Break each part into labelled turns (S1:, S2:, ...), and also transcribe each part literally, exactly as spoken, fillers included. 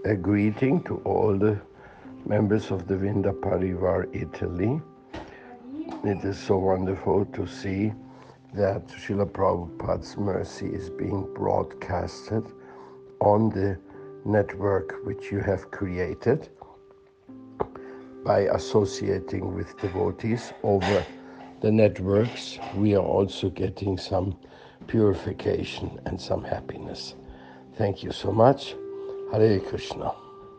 S1: a greeting to all the members of the Vrinda Parivar Italy. It is so wonderful to see that Srila Prabhupada's mercy is being broadcasted on the network which you have created by associating with devotees over the networks. We are also getting some purification and some happiness. Thank you so much. Hare Krishna.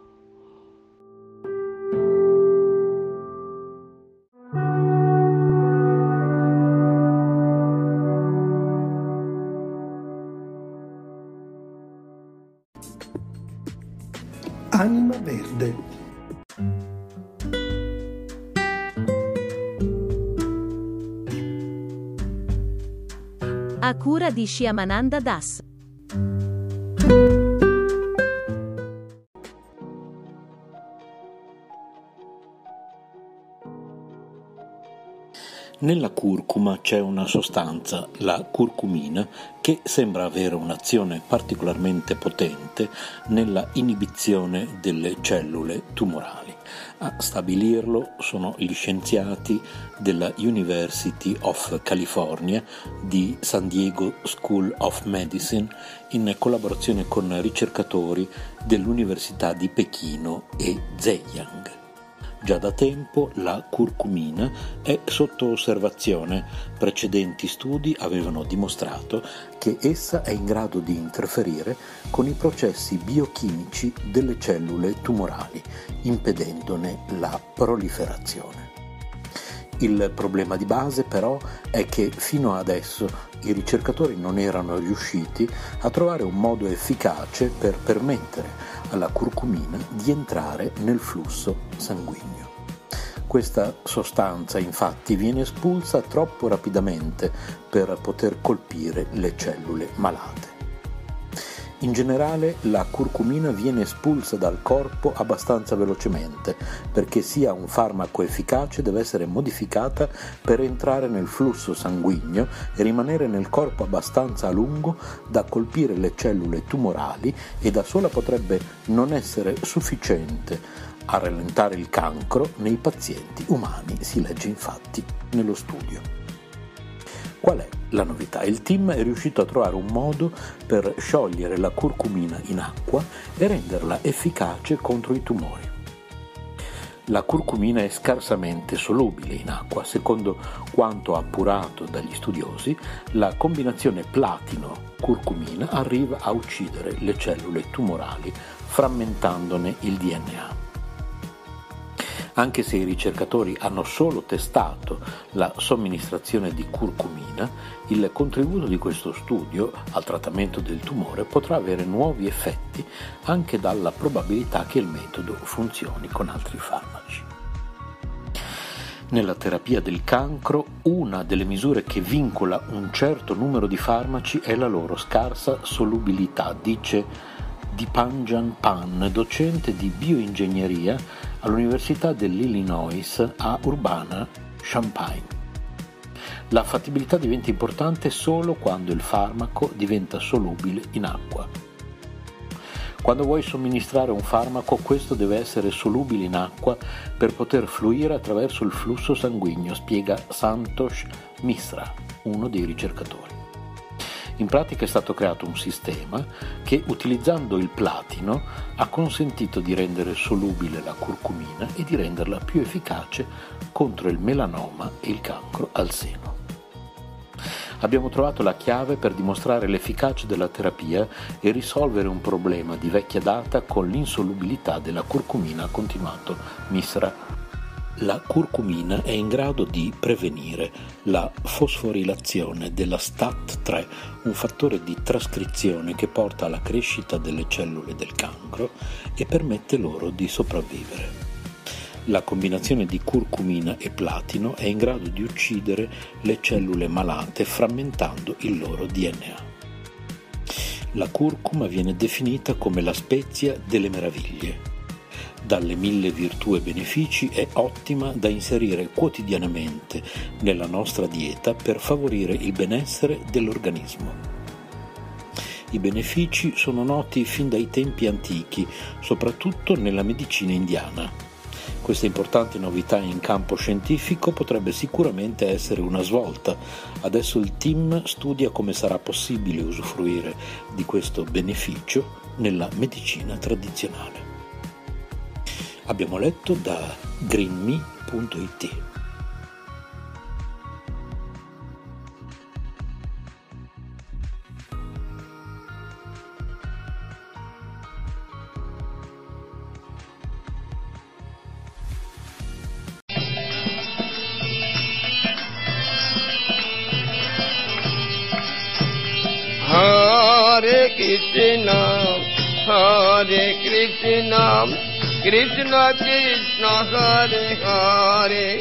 S2: Anima Verde.
S3: A cura di Shyamananda Das.
S4: Nella curcuma c'è una sostanza, la curcumina, che sembra avere un'azione particolarmente potente nella inibizione delle cellule tumorali. A stabilirlo sono gli scienziati della University of California di San Diego School of Medicine in collaborazione con ricercatori dell'Università di Pechino e Zhejiang. Già da tempo la curcumina è sotto osservazione. Precedenti studi avevano dimostrato che essa è in grado di interferire con i processi biochimici delle cellule tumorali, impedendone la proliferazione. Il problema di base però è che fino adesso i ricercatori non erano riusciti a trovare un modo efficace per permettere alla curcumina di entrare nel flusso sanguigno. Questa sostanza infatti viene espulsa troppo rapidamente per poter colpire le cellule malate. In generale la curcumina viene espulsa dal corpo abbastanza velocemente, perché sia un farmaco efficace deve essere modificata per entrare nel flusso sanguigno e rimanere nel corpo abbastanza a lungo da colpire le cellule tumorali, e da sola potrebbe non essere sufficiente a rallentare il cancro nei pazienti umani, si legge infatti nello studio. Qual è la novità? Il team è riuscito a trovare un modo per sciogliere la curcumina in acqua e renderla efficace contro i tumori. La curcumina è scarsamente solubile in acqua. Secondo quanto appurato dagli studiosi, la combinazione platino-curcumina arriva a uccidere le cellule tumorali, frammentandone il D N A. Anche se i ricercatori hanno solo testato la somministrazione di curcumina, il contributo di questo studio al trattamento del tumore potrà avere nuovi effetti anche dalla probabilità che il metodo funzioni con altri farmaci. Nella terapia del cancro, una delle misure che vincola un certo numero di farmaci è la loro scarsa solubilità, dice Dipanjan Pan, docente di bioingegneria all'Università dell'Illinois a Urbana-Champaign. La fattibilità diventa importante solo quando il farmaco diventa solubile in acqua. Quando vuoi somministrare un farmaco, questo deve essere solubile in acqua per poter fluire attraverso il flusso sanguigno, spiega Santosh Misra, uno dei ricercatori. In pratica è stato creato un sistema che, utilizzando il platino, ha consentito di rendere solubile la curcumina e di renderla più efficace contro il melanoma e il cancro al seno. Abbiamo trovato la chiave per dimostrare l'efficacia della terapia e risolvere un problema di vecchia data con l'insolubilità della curcumina, ha continuato Misra. La curcumina è in grado di prevenire la fosforilazione della S T A T tre, un fattore di trascrizione che porta alla crescita delle cellule del cancro e permette loro di sopravvivere. La combinazione di curcumina e platino è in grado di uccidere le cellule malate frammentando il loro D N A. La curcuma viene definita come la spezia delle meraviglie. Dalle mille virtù e benefici è ottima da inserire quotidianamente nella nostra dieta per favorire il benessere dell'organismo. I benefici sono noti fin dai tempi antichi, soprattutto nella medicina indiana. Questa importante novità in campo scientifico potrebbe sicuramente essere una svolta. Adesso il team studia come sarà possibile usufruire di questo beneficio nella medicina tradizionale. Abbiamo letto da greenme punto it.
S5: Hare Krishna, Hare Krishna, Krishna Krishna, Hare Hare,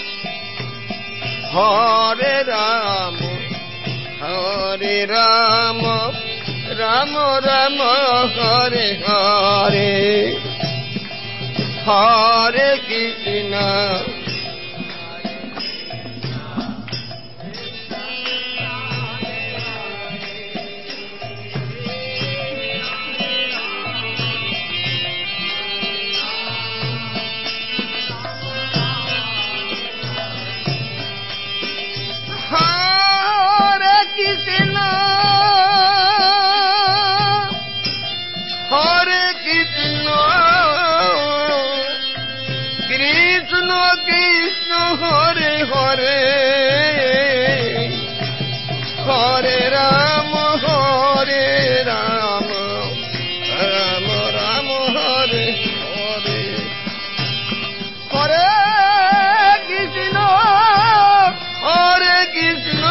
S5: Hare Rama, Hare Rama, Rama Rama, Hare Hare, Hare Krishna. Hare Hare, Hare Rama, Hare Rama, Rama Rama, Hare Hare, Hare Krishna, Hare Krishna,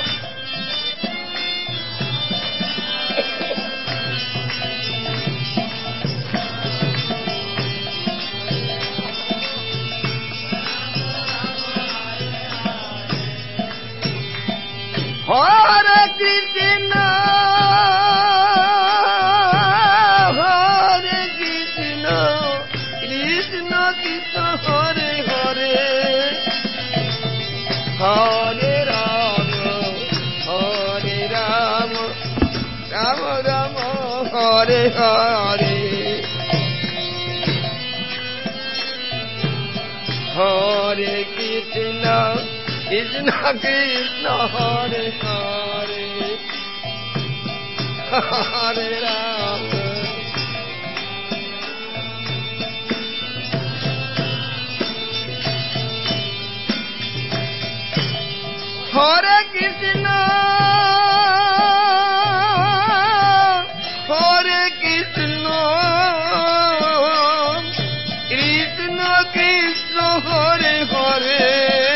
S5: Hare Krishna, Hare Krishna, Krishna Krishna, Hare Hare, Hare Rama, Hare Rama, Rama Rama, Hare Hare, Hare Krishna, Krishna Krishna, Hare Hare, Hare Rama, Hare Krishna, Hare Krishna, Krishna Krishna, Hare Hare,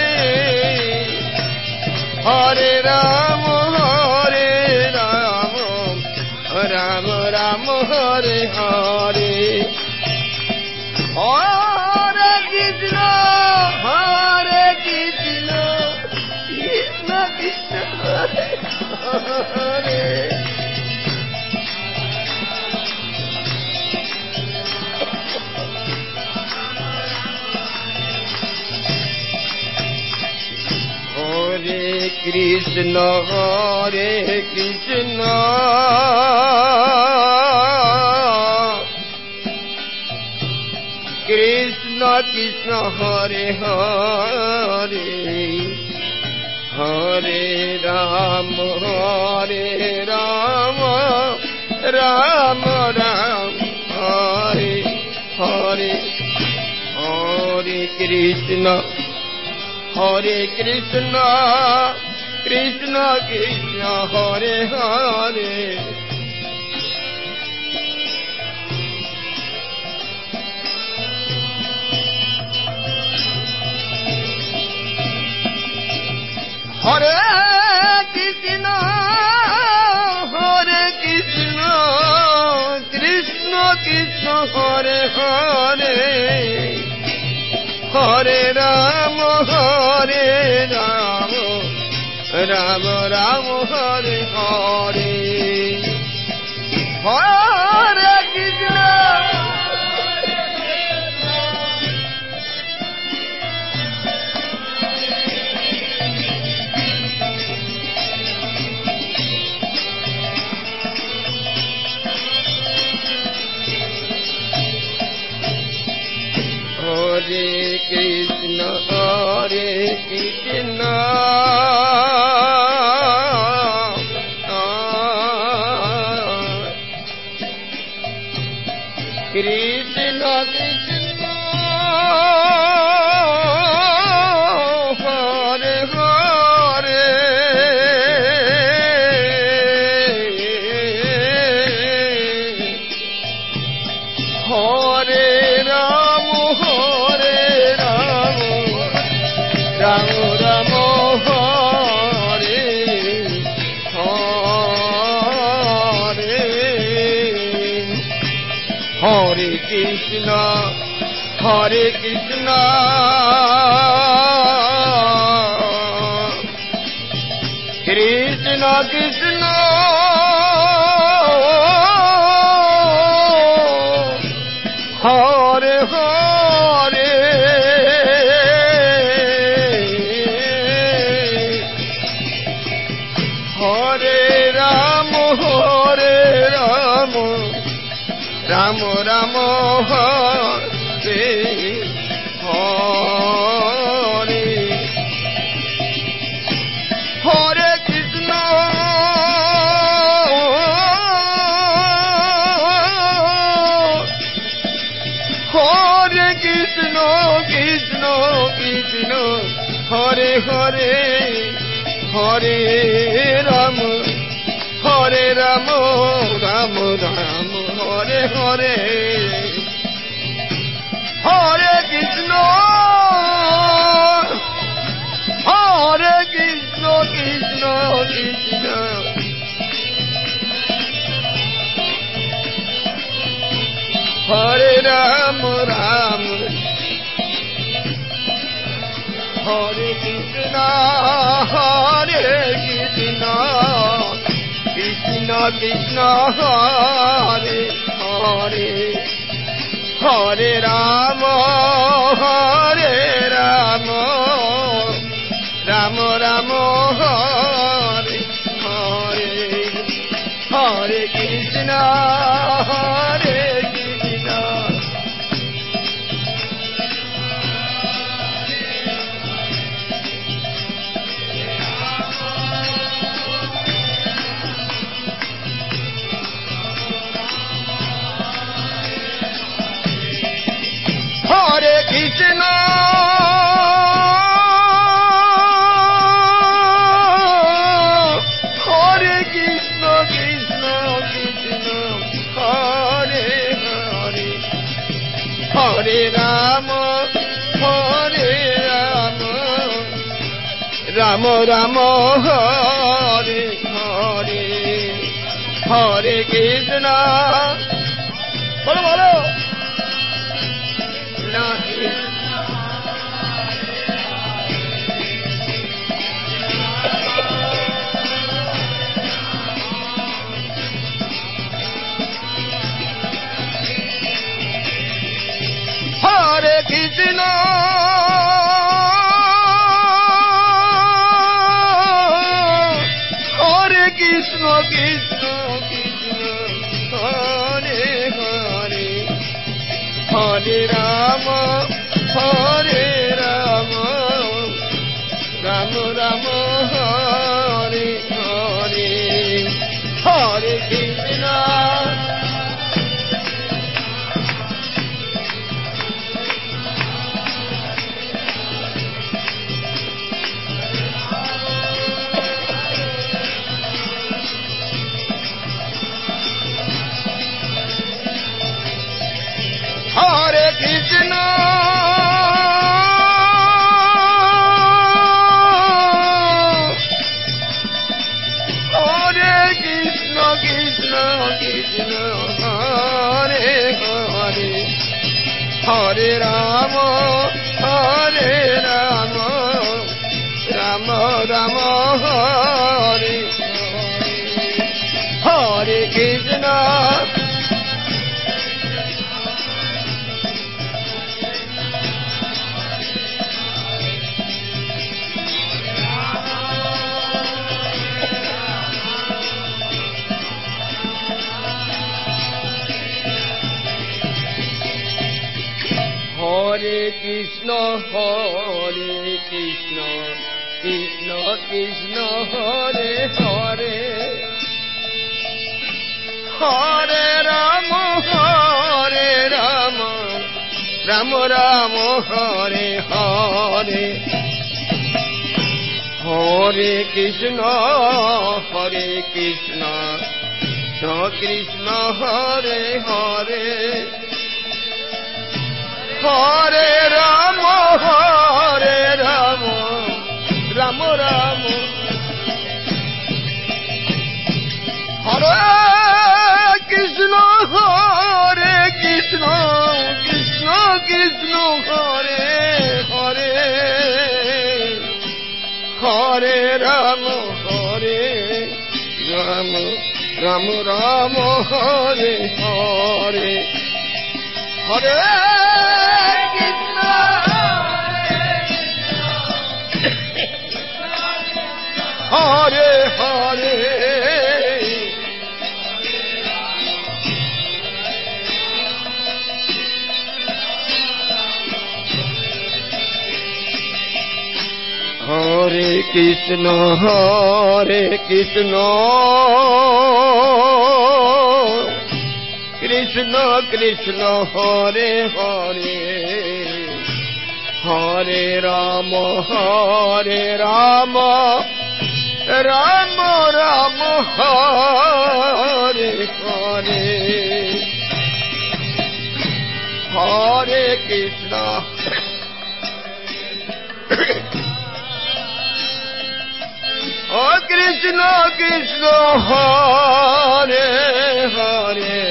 S5: Hare Rama, Hare Rama, Rama Rama, Hare Hare, Hare Krishna, Hare Krishna, Krishna Krishna, Hare Hare, Hare Krishna, Hare Krishna, Krishna Krishna, Hare Hare, Hare Rama, Hare Rama, Rama Rama, Hare Hare, Hare Krishna, Hare Krishna, Krishna Krishna, Hare Hare, Hare Krishna, Hare Krishna, Krishna Krishna, Hare Hare, Hare Rama, Hare Rama, Rama Rama, Hare Hare, Hare Krishna, Hare Krishna, Hare Krishna, Krishna Krishna, Hare Hare, Hare Rama, Hare Rama, Rama Rama, Hare Hare, Hare Krishna, Hare Krishna, Krishna Krishna, Hare Hare, Hare Rama, Hare Rama, Rama Rama, Hare Hare, Hare Krishna, Hare Krishna, Krishna Krishna, Hare Rama, Rama, Hare Krishna, Hare Krishna, Krishna Krishna, Hare Hare, Hare Rama, Hare Rama, Rama Rama, Hare Hare, Hare Krishna, Hare Krishna, Hare Krishna, Hare Krishna, Krishna Krishna, Hare Hare, Hare Rama, Hare Rama, Rama Rama, Hare Hare, Hare Krishna, bolo bolo, Hare Krishna, Hare Krishna, Krishna Krishna, Hare Hare, Hare Rama, Hare Rama, Rama Rama, Hare Hare, Hare Krishna, Hare Krishna, Hare Krishna, Krishna Krishna, Hare Hare, Hare Rama, Hare Rama, Rama Rama, Hare Hare, Hare Krishna, Hare Krishna, Hare Krishna, Krishna Krishna, Hare Hare, Hare Rama, Hare Rama, Rama Rama, Hare Hare, Hare Krishna, Hare Krishna, Krishna Krishna, Hare Hare, Hare Rama, Hare Rama, Rama Rama, Hare Krishna, Hare Krishna, Krishna Hare Hare Hare Rama Hare Rama Rama Rama Hare Hare Hare Krishna Hare Hare Hare Krishna Hare Krishna Krishna Krishna Hare Hare Hare Rama Hare Rama Rama Rama Hare Hare Hare Krishna Oh Krishna Krishna Hare Hare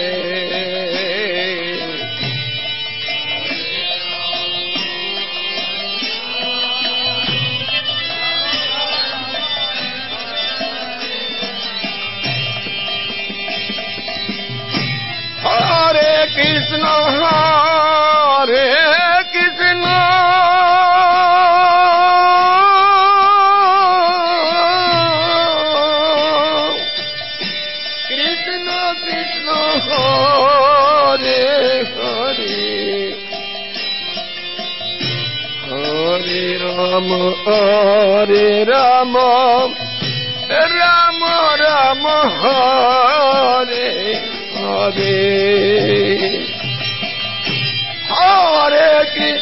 S5: Hare Krishna Hare Krishna Rama Hare Rama Rama Rama Hare Hare Hare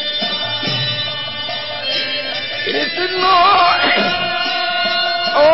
S5: Krishna Oh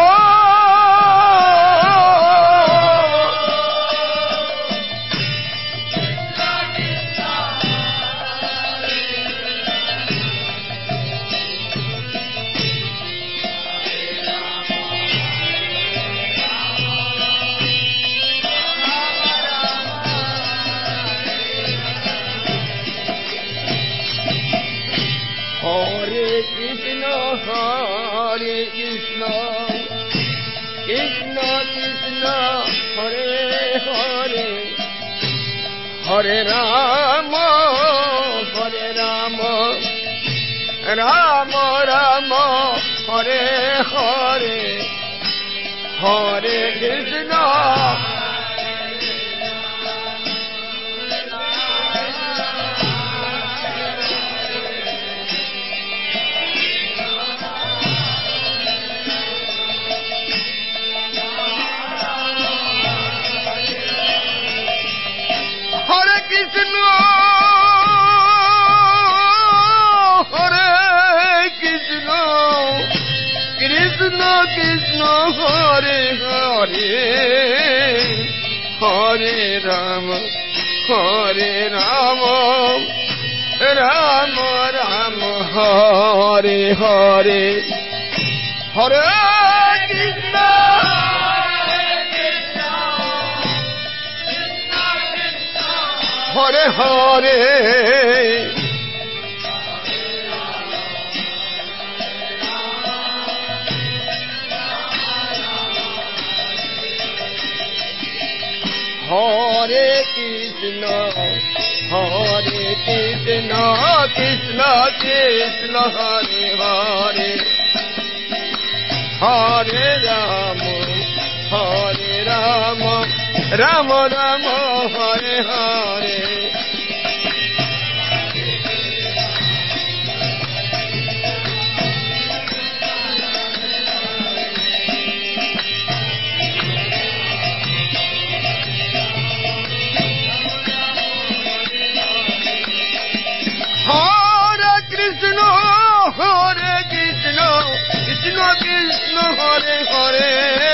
S5: Hare Krishna, Krishna Krishna, Hare Hare, Hare Rama, Hare Rama, Rama Rama, Hare Hare, Hare Krishna. Krishna, Hare Krishna, Krishna Krishna, Hare Hare, Hare Rama, Hare Rama, Rama Rama, Hare Hare, Hare Krishna. Hare Hare Hare Krishna Hare Krishna Krishna Krishna Hare Hare Hare Rama Hare Rama Rama Rama Hare Hare Hare Krishna Hare Krishna Krishna Krishna Hare Hare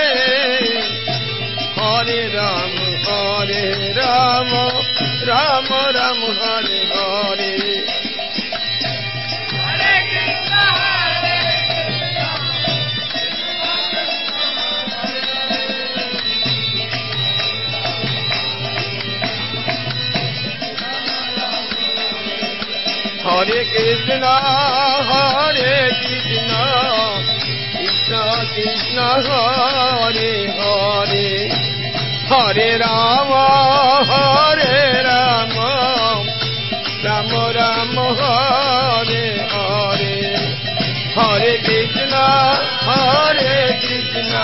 S5: Hare Rama Hare Rama Rama Rama Hare Hare Hare Krishna Hare Krishna Hare Krishna, Hare Krishna, Krishna Krishna, Hare Hare, Hare Rama, Hare Rama, Rama Rama, Hare Hare, Hare Krishna, Hare Krishna.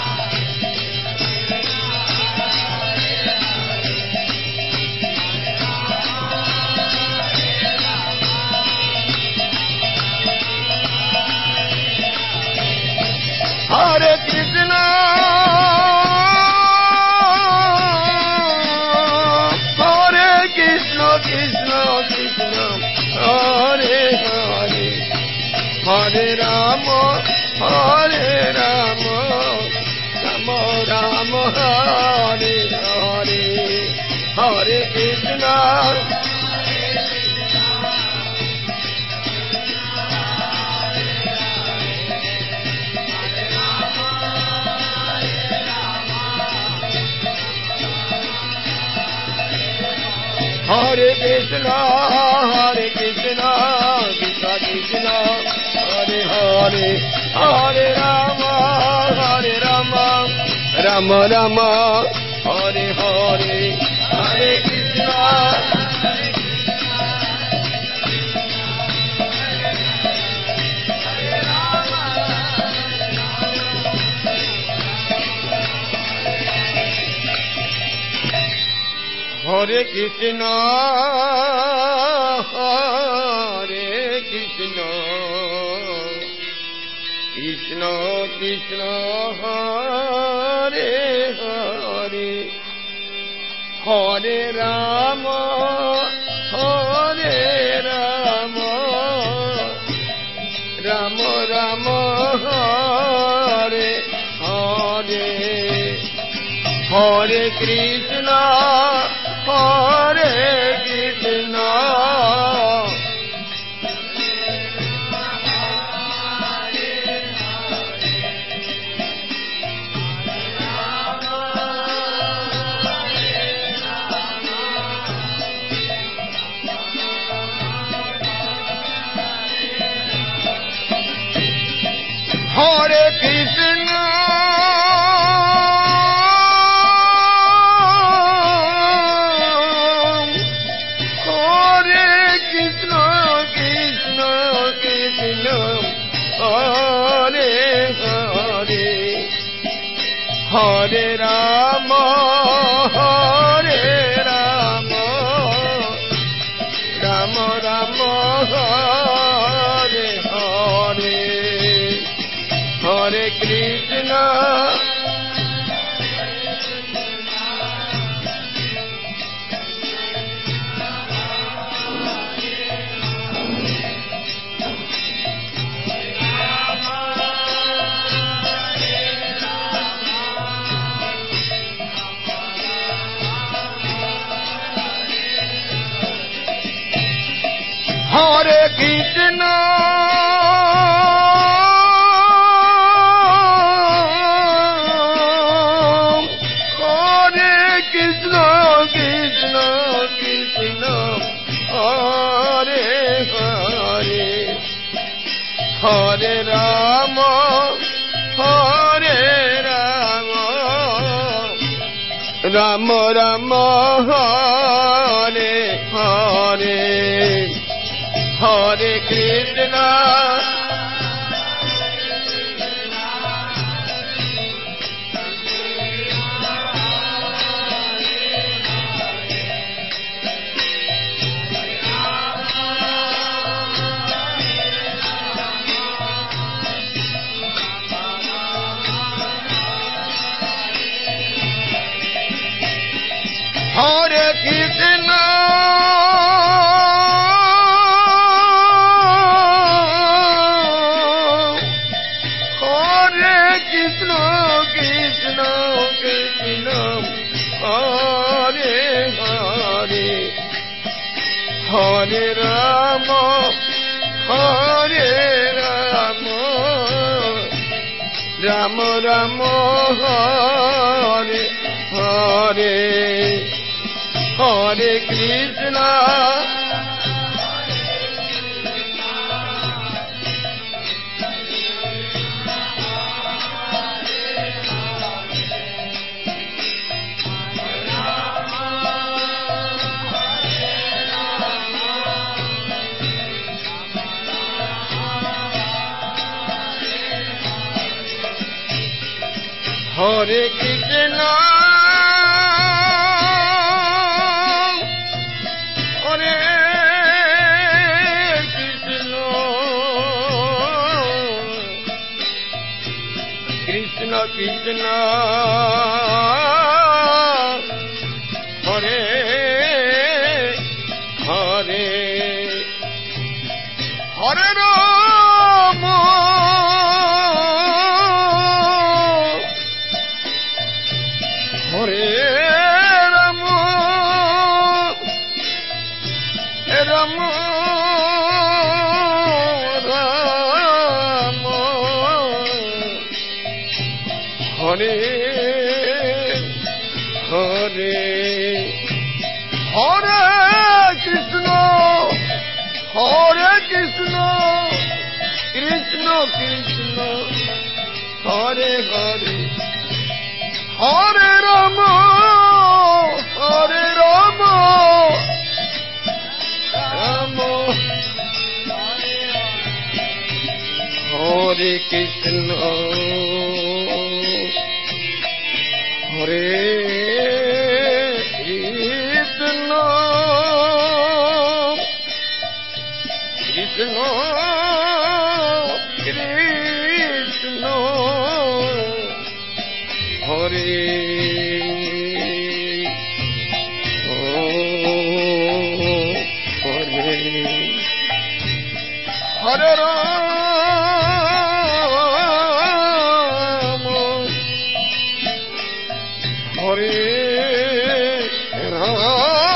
S5: Hare Krishna, Hare Krishna, Krishna Krishna, Hare Hare, Hare Rama, Hare Rama, Rama Rama, Hare Hare, Hare Krishna. Hare Krishna, Hare Krishna, Krishna Krishna, Hare Hare, Hare Rama, Hare Rama, Rama Rama, Hare Hare, Hare Krishna. Hare Krishna, Hare Krishna, Krishna Krishna, Hare Hare, Hare Rama, Hare Rama, Rama Rama, Hare Hare, Hare Krishna, Hare Krishna, Hare Krishna, Hare Rama, Hare Rama, Rama Rama, Hare Hare, Hare Krishna. Hare Krishna, Hare Krishna, Krishna Krishna, Hare Hare, Hare Rama, Hare Rama, Rama Rama, Hare Hare, Hare Krishna. Hare Krishna, Hare Krishna, Krishna Krishna, Hare Hare, Hare Rama, Hare Rama, Rama Rama, Hare Hare, Hare Krishna. Hare Krishna, Hare Krishna, Krishna Krishna, Hare Hare, Hare Rama, Hare Rama, Rama Rama, Hare Hare, Hare Krishna, Hare Krishna, Krishna Krishna, Hare Hare, Hare Rama, Hare Rama, Rama Hare Krishna, Hare Krishna, Krishna Krishna, Hare Hare Rama, Hare Rama,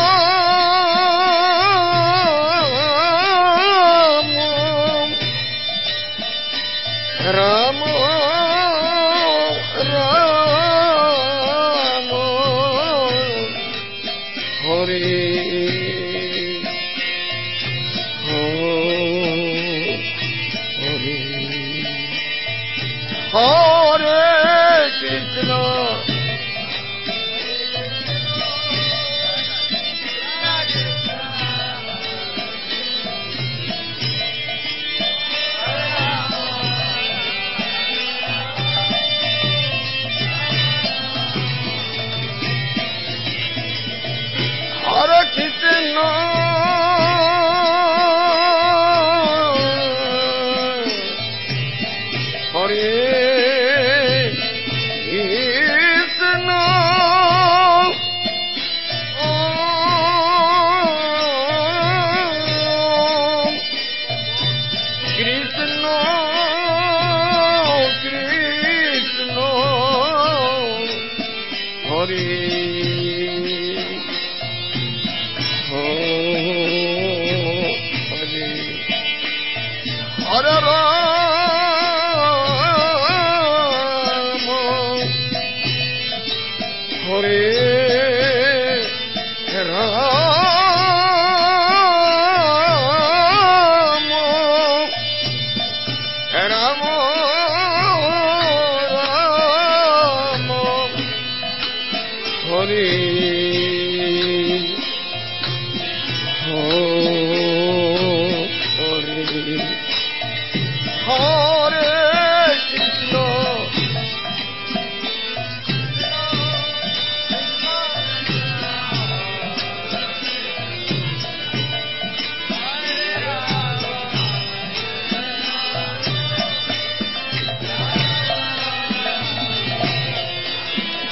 S5: Rama Rama, Hare Hare Krishna, Hare Krishna, Hare Hare Rama, Hare Rama, Rama Rama, Hare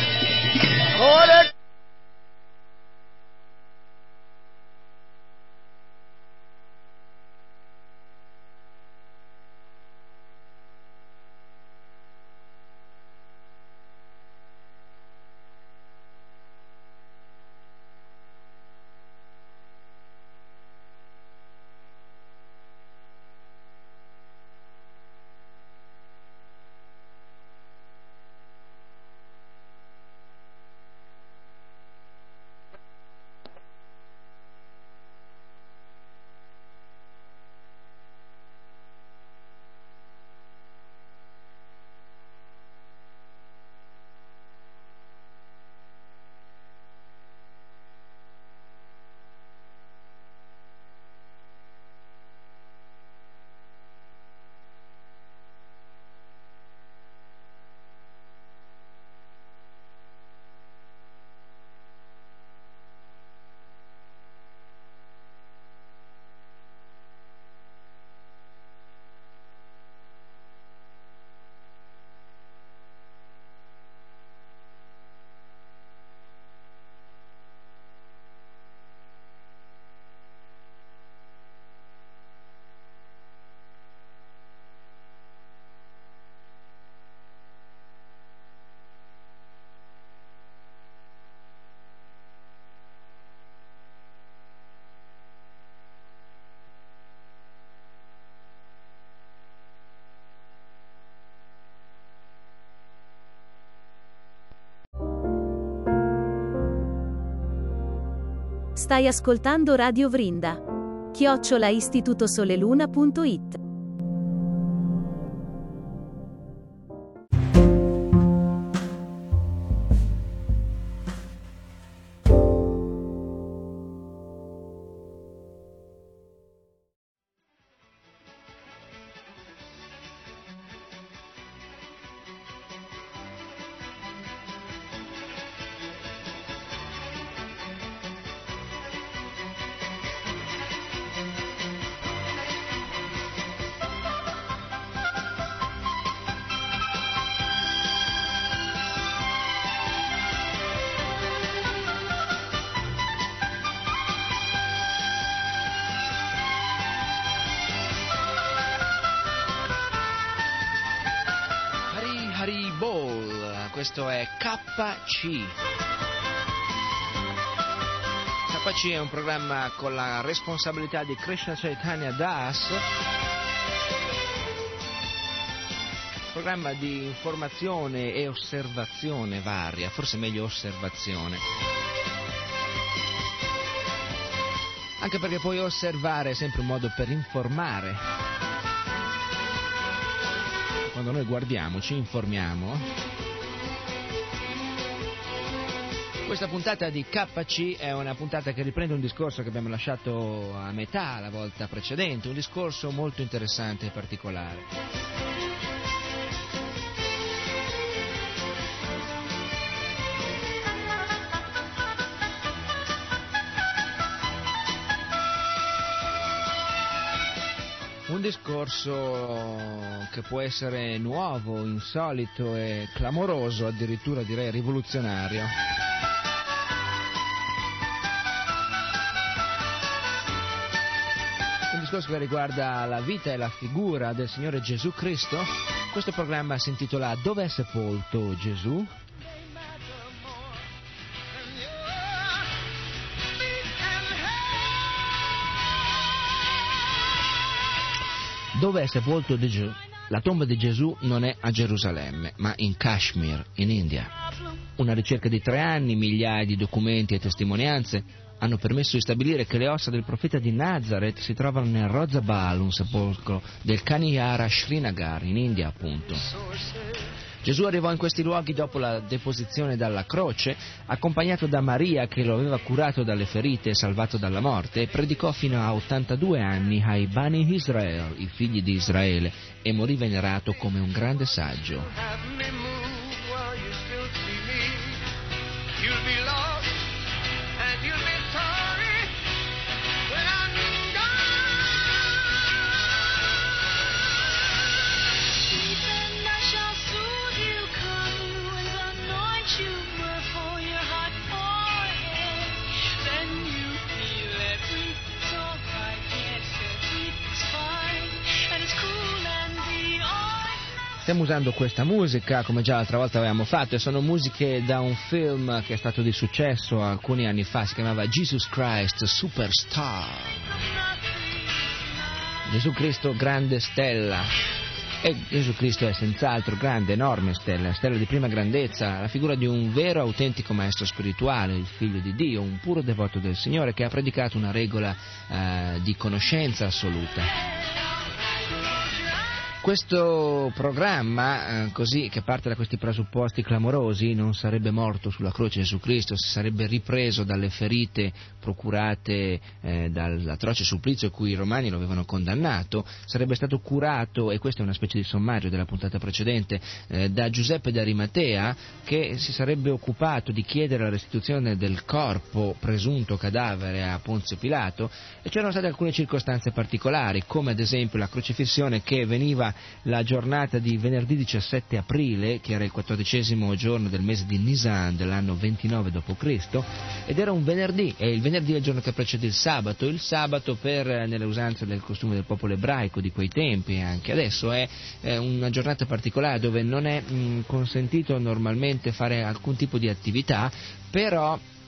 S5: Hare
S3: Stai ascoltando Radio Vrinda. Chiocciola istitutosoleluna punto it.
S6: Questo è K C. K C è un programma con la responsabilità di Krishna Chaitanya Das, programma di informazione e osservazione varia, forse meglio osservazione, anche perché poi osservare è sempre un modo per informare. Quando noi guardiamo, ci informiamo. Questa puntata di K C è una puntata che riprende un discorso che abbiamo lasciato a metà la volta precedente, un discorso molto interessante e particolare. Un discorso che può essere nuovo, insolito e clamoroso, addirittura direi rivoluzionario. Un discorso che riguarda la vita e la figura del Signore Gesù Cristo. Questo programma si intitola Dove è sepolto Gesù? Dove è sepolto Gesù? La tomba di Gesù non è a Gerusalemme, ma in Kashmir, in India. Una ricerca di tre anni, migliaia di documenti e testimonianze hanno permesso di stabilire che le ossa del profeta di Nazareth si trovano nel Rozabal, un sepolcro del Kaniyara Srinagar, in India appunto. Gesù arrivò in questi luoghi dopo la deposizione dalla croce, accompagnato da Maria che lo aveva curato dalle ferite e salvato dalla morte, e predicò fino a ottantadue anni ai Bani Israel, i figli di Israele, e morì venerato come un grande saggio. Stiamo usando questa musica come già l'altra volta avevamo fatto, e sono musiche da un film che è stato di successo alcuni anni fa, si chiamava Jesus Christ Superstar. Gesù Cristo grande stella. E Gesù Cristo è senz'altro grande, enorme stella, stella di prima grandezza, la figura di un vero autentico maestro spirituale, il figlio di Dio, un puro devoto del Signore che ha predicato una regola eh, di conoscenza assoluta. Questo programma, eh, così, che parte da questi presupposti clamorosi, non sarebbe morto sulla croce Gesù Cristo, si sarebbe ripreso dalle ferite procurate eh, dall'atroce supplizio a cui i romani lo avevano condannato, sarebbe stato curato, e questa è una specie di sommario della puntata precedente, eh, da Giuseppe d'Arimatea, che si sarebbe occupato di chiedere la restituzione del corpo presunto cadavere a Ponzio Pilato, e c'erano state alcune circostanze particolari, come ad esempio la crocifissione che veniva la giornata di venerdì diciassette aprile, che era il quattordicesimo giorno del mese di Nisan dell'anno ventinove dopo Cristo, ed era un venerdì, e il venerdì è il giorno che precede il sabato. Il sabato, per nelle usanze del costume del popolo ebraico di quei tempi e anche adesso, è eh, una giornata particolare dove non è mh, consentito normalmente fare alcun tipo di attività, però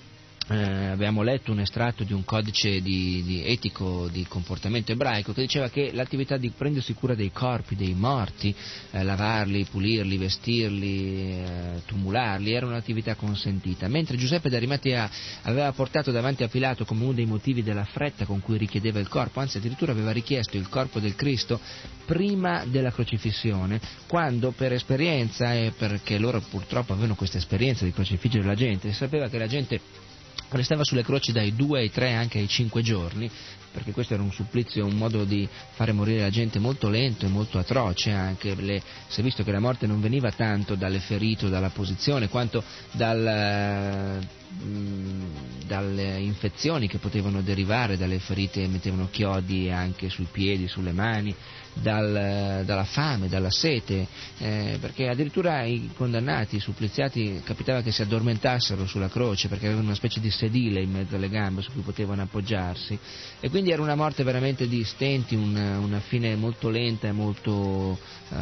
S6: Eh, abbiamo letto un estratto di un codice di, di etico di comportamento ebraico che diceva che l'attività di prendersi cura dei corpi, dei morti, eh, lavarli, pulirli, vestirli, eh, tumularli, era un'attività consentita, mentre Giuseppe d'Arimatea aveva portato davanti a Pilato come uno dei motivi della fretta con cui richiedeva il corpo, anzi addirittura aveva richiesto il corpo del Cristo prima della crocifissione, quando per esperienza, e perché loro purtroppo avevano questa esperienza di crocifiggere la gente, si sapeva che la gente restava sulle croci dai due ai tre anche ai cinque giorni, perché questo era un supplizio, un modo di fare morire la gente molto lento e molto atroce anche. Le, si è visto che la morte non veniva tanto dalle ferite o dalla posizione quanto dal, mh, dalle infezioni che potevano derivare dalle ferite, mettevano chiodi anche sui piedi, sulle mani, dal, dalla fame, dalla sete, eh, perché addirittura i condannati, i suppliziati, capitava che si addormentassero sulla croce perché avevano una specie di sedile in mezzo alle gambe su cui potevano appoggiarsi, e quindi era una morte veramente di stenti, una, una fine molto lenta e molto eh,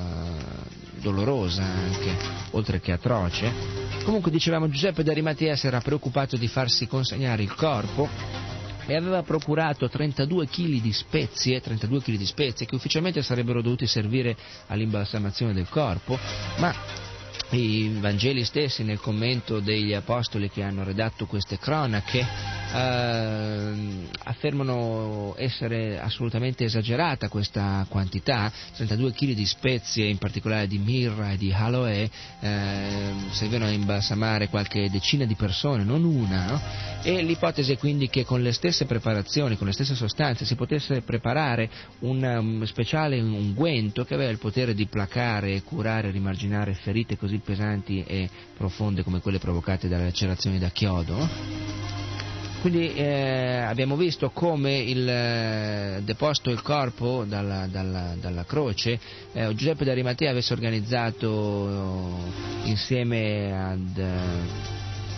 S6: dolorosa anche, oltre che atroce. Comunque dicevamo, Giuseppe d'Arimatea si era preoccupato di farsi consegnare il corpo e aveva procurato trentadue chili di spezie, trentadue chili di spezie che ufficialmente sarebbero dovuti servire all'imbalsamazione del corpo, ma i Vangeli stessi, nel commento degli apostoli che hanno redatto queste cronache, eh, affermano essere assolutamente esagerata questa quantità. trentadue chili di spezie, in particolare di mirra e di aloe, eh, servivano a imbalsamare qualche decina di persone, non una, no? E l'ipotesi è quindi che con le stesse preparazioni, con le stesse sostanze, si potesse preparare un um, speciale unguento che aveva il potere di placare, curare, rimarginare ferite così pesanti e profonde come quelle provocate dalle lacerazioni da chiodo. Quindi eh, abbiamo visto come il eh, deposto il corpo dalla, dalla, dalla croce, eh, Giuseppe d'Arimatea avesse organizzato eh, insieme ad eh,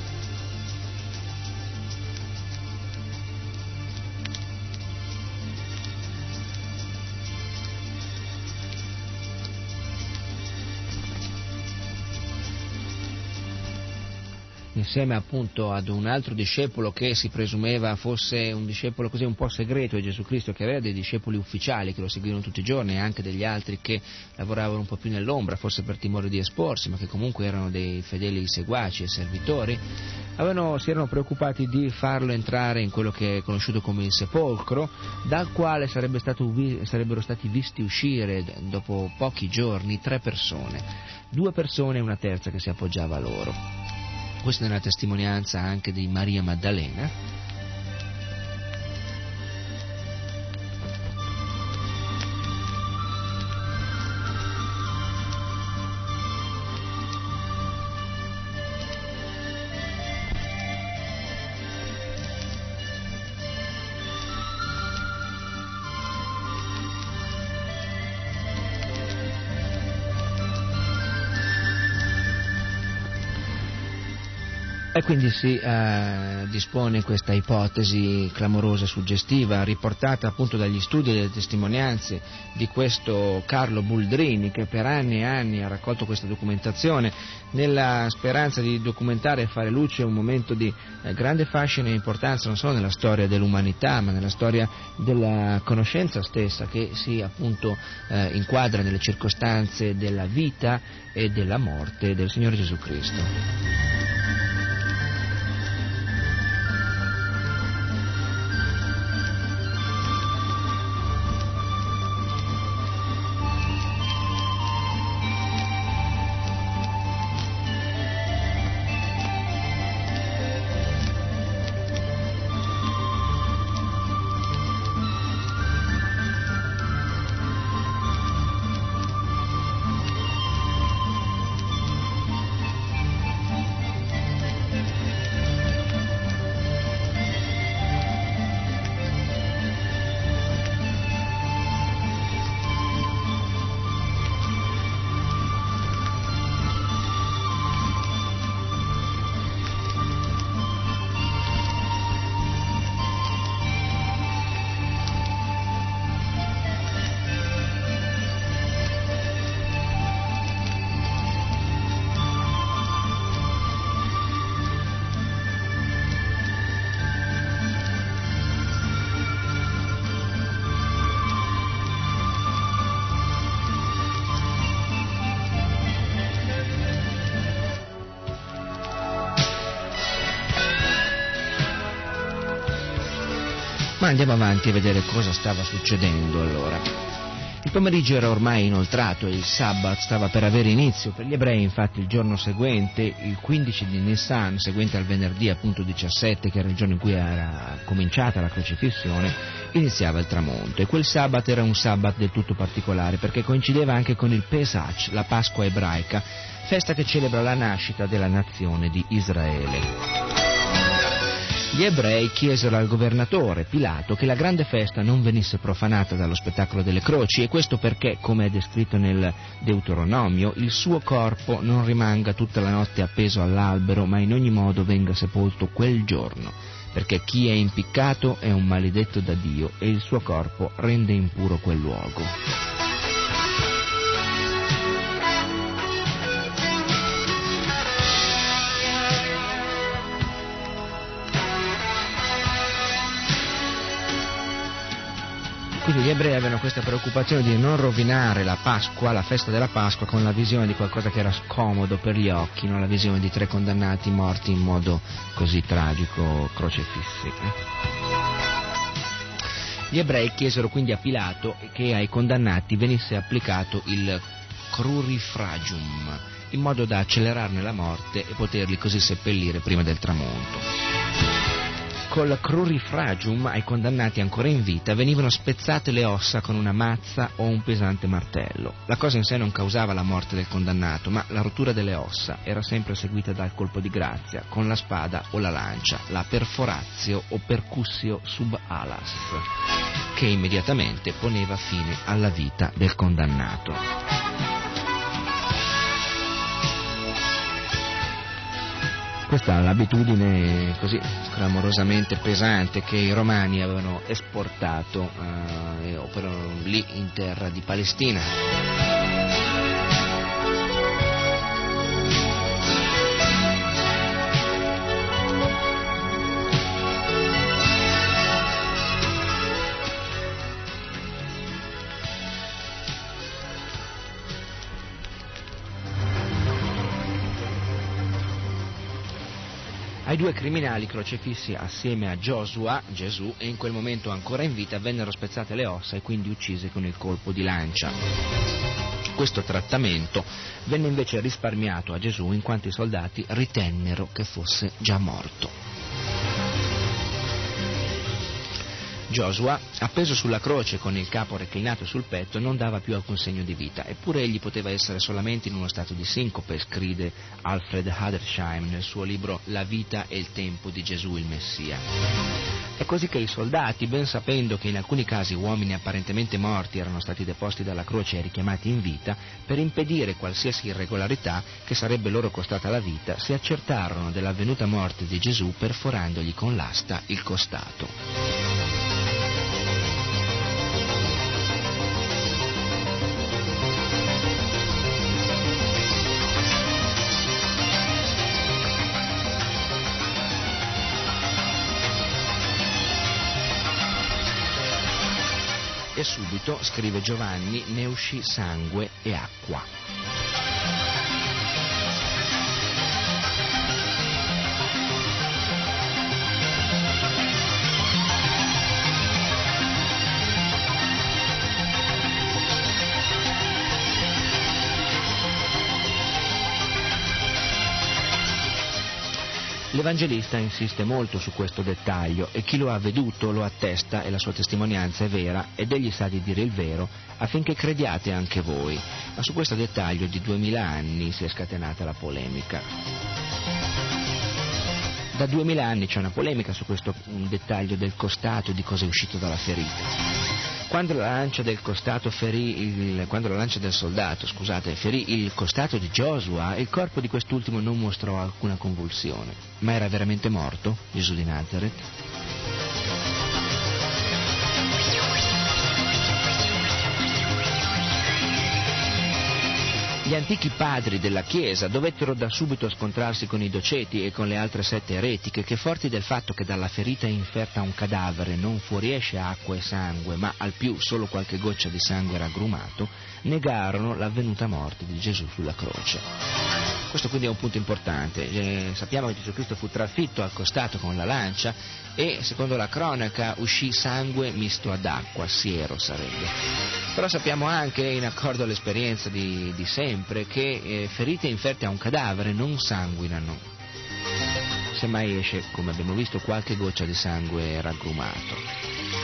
S6: insieme appunto ad un altro discepolo che si presumeva fosse un discepolo così un po' segreto di Gesù Cristo, che aveva dei discepoli ufficiali che lo seguivano tutti i giorni, e anche degli altri che lavoravano un po' più nell'ombra, forse per timore di esporsi, ma che comunque erano dei fedeli seguaci e servitori, avevano, si erano preoccupati di farlo entrare in quello che è conosciuto come il sepolcro, dal quale sarebbe stato, sarebbero stati visti uscire dopo pochi giorni tre persone, due persone e una terza che si appoggiava a loro. Questa è una testimonianza anche di Maria Maddalena. E quindi si eh, dispone questa ipotesi clamorosa e suggestiva, riportata appunto dagli studi e dalle testimonianze di questo Carlo Buldrini, che per anni e anni ha raccolto questa documentazione nella speranza di documentare e fare luce un momento di eh, grande fascino e importanza non solo nella storia dell'umanità, ma nella storia della conoscenza stessa, che si appunto eh, inquadra nelle circostanze della vita e della morte del Signore Gesù Cristo. Ma andiamo avanti a vedere cosa stava succedendo allora. Il pomeriggio era ormai inoltrato e il Sabbat stava per avere inizio. Per gli ebrei, infatti, il giorno seguente, il quindici di Nisan, seguente al venerdì appunto diciassette, che era il giorno in cui era cominciata la crocifissione, iniziava il tramonto. E quel Sabbat era un Sabbat del tutto particolare, perché coincideva anche con il Pesach, la Pasqua ebraica, festa che celebra la nascita della nazione di Israele. Gli ebrei chiesero al governatore Pilato che la grande festa non venisse profanata dallo spettacolo delle croci, e questo perché, come è descritto nel Deuteronomio, il suo corpo non rimanga tutta la notte appeso all'albero, ma in ogni modo venga sepolto quel giorno, perché chi è impiccato è un maledetto da Dio e il suo corpo rende impuro quel luogo. Quindi gli ebrei avevano questa preoccupazione di non rovinare la Pasqua, la festa della Pasqua, con la visione di qualcosa che era scomodo per gli occhi, non la visione di tre condannati morti in modo così tragico, crocefissi. Gli ebrei chiesero quindi a Pilato che ai condannati venisse applicato il crurifragium, in modo da accelerarne la morte e poterli così seppellire prima del tramonto. Col crurifragium ai condannati ancora in vita venivano spezzate le ossa con una mazza o un pesante martello. La cosa in sé non causava la morte del condannato, ma la rottura delle ossa era sempre seguita dal colpo di grazia, con la spada o la lancia, la perforatio o percussio sub alas, che immediatamente poneva fine alla vita del condannato. Questa è l'abitudine così clamorosamente pesante che i romani avevano esportato eh, però lì in terra di Palestina. Ai due criminali crocefissi assieme a Giosua, Gesù, e in quel momento ancora in vita, vennero spezzate le ossa e quindi uccise con il colpo di lancia. Questo trattamento venne invece risparmiato a Gesù in quanto i soldati ritennero che fosse già morto. Giosua, appeso sulla croce con il capo reclinato sul petto, non dava più alcun segno di vita, eppure egli poteva essere solamente in uno stato di sincope, scrive Alfred Hadersheim nel suo libro La vita e il tempo di Gesù il Messia. È così che i soldati, ben sapendo che in alcuni casi uomini apparentemente morti erano stati deposti dalla croce e richiamati in vita, per impedire qualsiasi irregolarità che sarebbe loro costata la vita, si accertarono dell'avvenuta morte di Gesù perforandogli con l'asta il costato. E subito, scrive Giovanni, ne uscì sangue e acqua. L'Evangelista insiste molto su questo dettaglio e chi lo ha veduto lo attesta e la sua testimonianza è vera ed egli sa di dire il vero affinché crediate anche voi. Ma su questo dettaglio di duemila anni si è scatenata la polemica. Da duemila anni c'è una polemica su questo dettaglio del costato e di cosa è uscito dalla ferita. Quando la lancia del costato ferì il, quando la lancia del soldato, scusate, ferì il costato di Giosua, il corpo di quest'ultimo non mostrò alcuna convulsione. Ma era veramente morto Gesù di Nazareth? Gli antichi padri della Chiesa dovettero da subito scontrarsi con i doceti e con le altre sette eretiche che, forti del fatto che dalla ferita inferta a un cadavere non fuoriesce acqua e sangue, ma al più solo qualche goccia di sangue raggrumato, negarono l'avvenuta morte di Gesù sulla croce. Questo quindi è un punto importante. Eh, sappiamo che Gesù Cristo fu trafitto al costato con la lancia e secondo la cronaca uscì sangue misto ad acqua, siero sarebbe. Però sappiamo anche, in accordo all'esperienza di, di sempre, che eh, ferite inferte a un cadavere non sanguinano. Semmai esce, come abbiamo visto, qualche goccia di sangue raggrumato.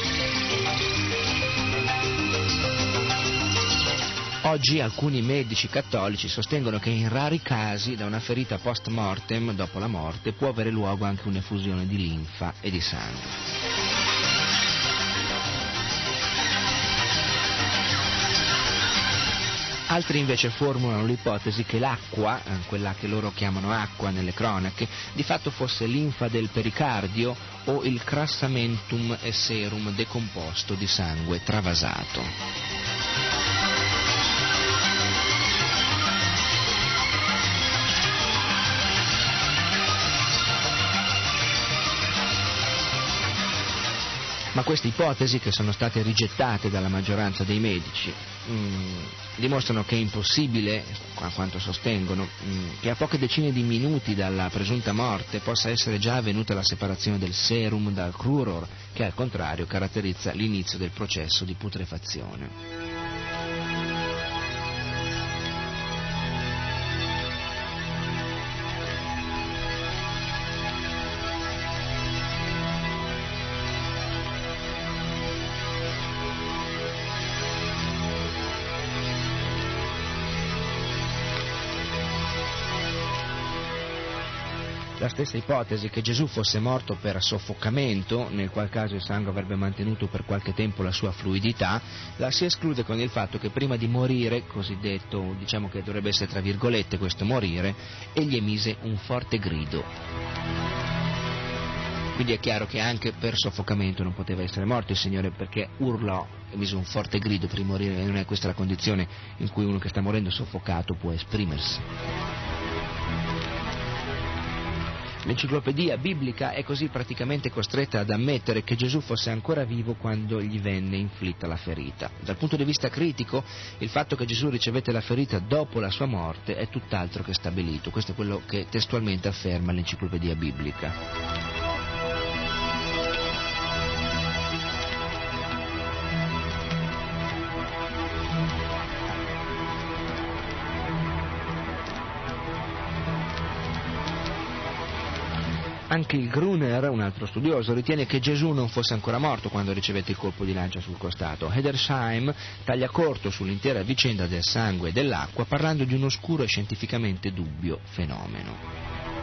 S6: Oggi alcuni medici cattolici sostengono che in rari casi da una ferita post mortem, dopo la morte, può avere luogo anche un'effusione di linfa e di sangue. Altri invece formulano l'ipotesi che l'acqua, quella che loro chiamano acqua nelle cronache, di fatto fosse linfa del pericardio o il crassamentum e serum decomposto di sangue travasato. Ma queste ipotesi, che sono state rigettate dalla maggioranza dei medici, mh, dimostrano che è impossibile, a quanto sostengono, mh, che a poche decine di minuti dalla presunta morte possa essere già avvenuta la separazione del serum dal cruror, che al contrario caratterizza l'inizio del processo di putrefazione. La stessa ipotesi che Gesù fosse morto per soffocamento, nel qual caso il sangue avrebbe mantenuto per qualche tempo la sua fluidità, la si esclude con il fatto che prima di morire, cosiddetto, diciamo che dovrebbe essere tra virgolette questo morire, egli emise un forte grido. Quindi è chiaro che anche per soffocamento non poteva essere morto il Signore, perché urlò, emise un forte grido per morire, e non è questa la condizione in cui uno che sta morendo soffocato può esprimersi. L'enciclopedia biblica è così praticamente costretta ad ammettere che Gesù fosse ancora vivo quando gli venne inflitta la ferita. Dal punto di vista critico, il fatto che Gesù ricevette la ferita dopo la sua morte è tutt'altro che stabilito. Questo è quello che testualmente afferma l'enciclopedia biblica. Anche il Gruner, un altro studioso, ritiene che Gesù non fosse ancora morto quando ricevette il colpo di lancia sul costato. Hedersheim taglia corto sull'intera vicenda del sangue e dell'acqua, parlando di un oscuro e scientificamente dubbio fenomeno.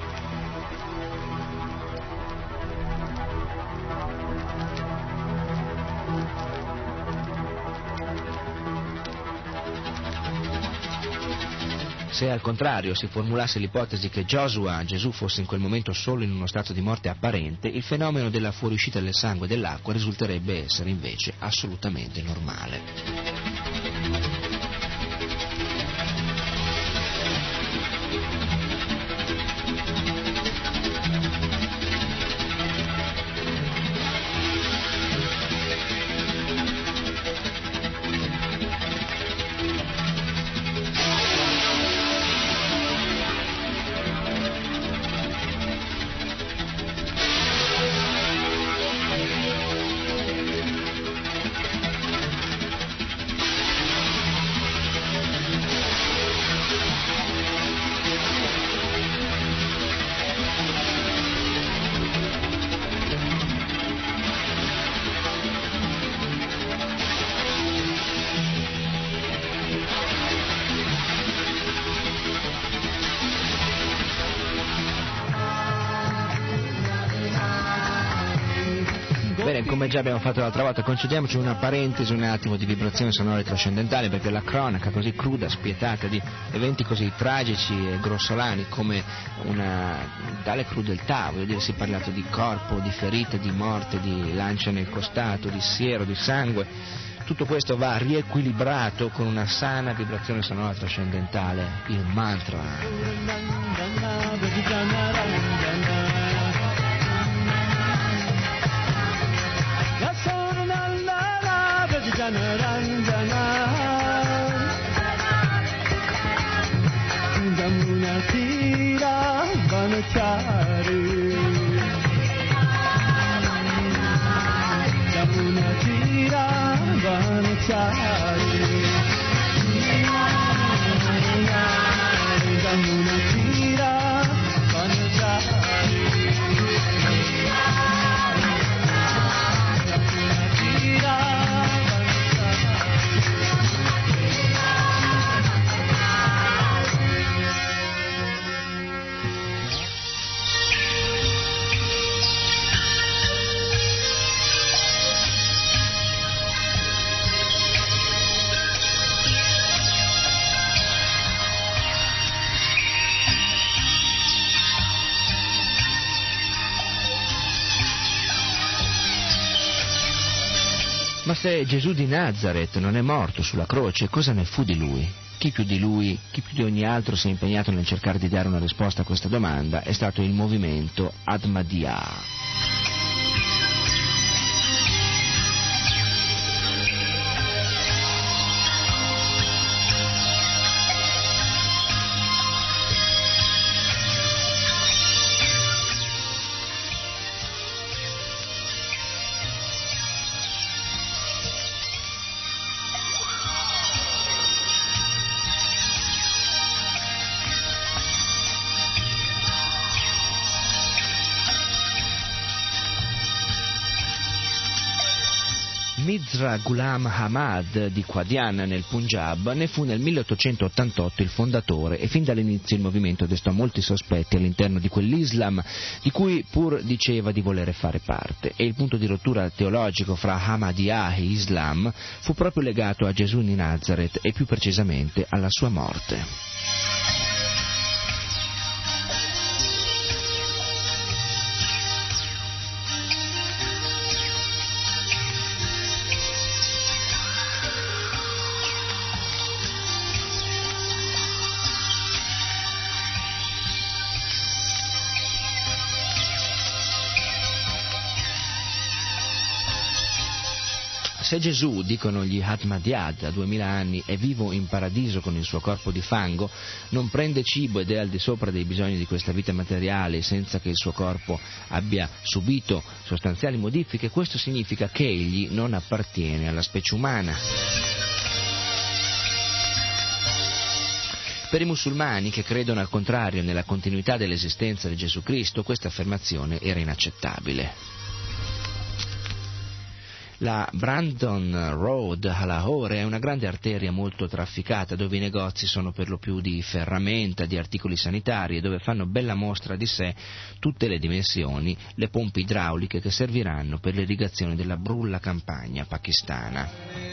S6: Se al contrario si formulasse l'ipotesi che Giosuè, Gesù, fosse in quel momento solo in uno stato di morte apparente, il fenomeno della fuoriuscita del sangue e dell'acqua risulterebbe essere invece assolutamente normale. Bene, come già abbiamo fatto l'altra volta, concediamoci una parentesi, un attimo di vibrazione sonora trascendentale, perché la cronaca così cruda, spietata di eventi così tragici e grossolani come una tale crudeltà, voglio dire, si è parlato di corpo, di ferite, di morte, di lancia nel costato, di siero, di sangue. Tutto questo va riequilibrato con una sana vibrazione sonora trascendentale, il mantra. Janaranjana Jamuna Ma se Gesù di Nazareth non è morto sulla croce, cosa ne fu di lui? Chi più di lui, chi più di ogni altro si è impegnato nel cercare di dare una risposta a questa domanda è stato il movimento Ahmadiyya. Mirza Ghulam Ahmad di Qadian nel Punjab ne fu nel milleottocentottantotto il fondatore e fin dall'inizio il movimento destò molti sospetti all'interno di quell'Islam di cui pur diceva di volere fare parte, e il punto di rottura teologico fra Ahmadiyya e Islam fu proprio legato a Gesù di Nazareth e più precisamente alla sua morte. Se Gesù, dicono gli Ahmadiyya, da duemila anni è vivo in paradiso con il suo corpo di fango, non prende cibo ed è al di sopra dei bisogni di questa vita materiale senza che il suo corpo abbia subito sostanziali modifiche, questo significa che egli non appartiene alla specie umana. Per i musulmani, che credono al contrario nella continuità dell'esistenza di Gesù Cristo, questa affermazione era inaccettabile. La Brandon Road a Lahore è una grande arteria molto trafficata dove i negozi sono per lo più di ferramenta, di articoli sanitari e dove fanno bella mostra di sé tutte le dimensioni le pompe idrauliche che serviranno per l'irrigazione della brulla campagna pakistana.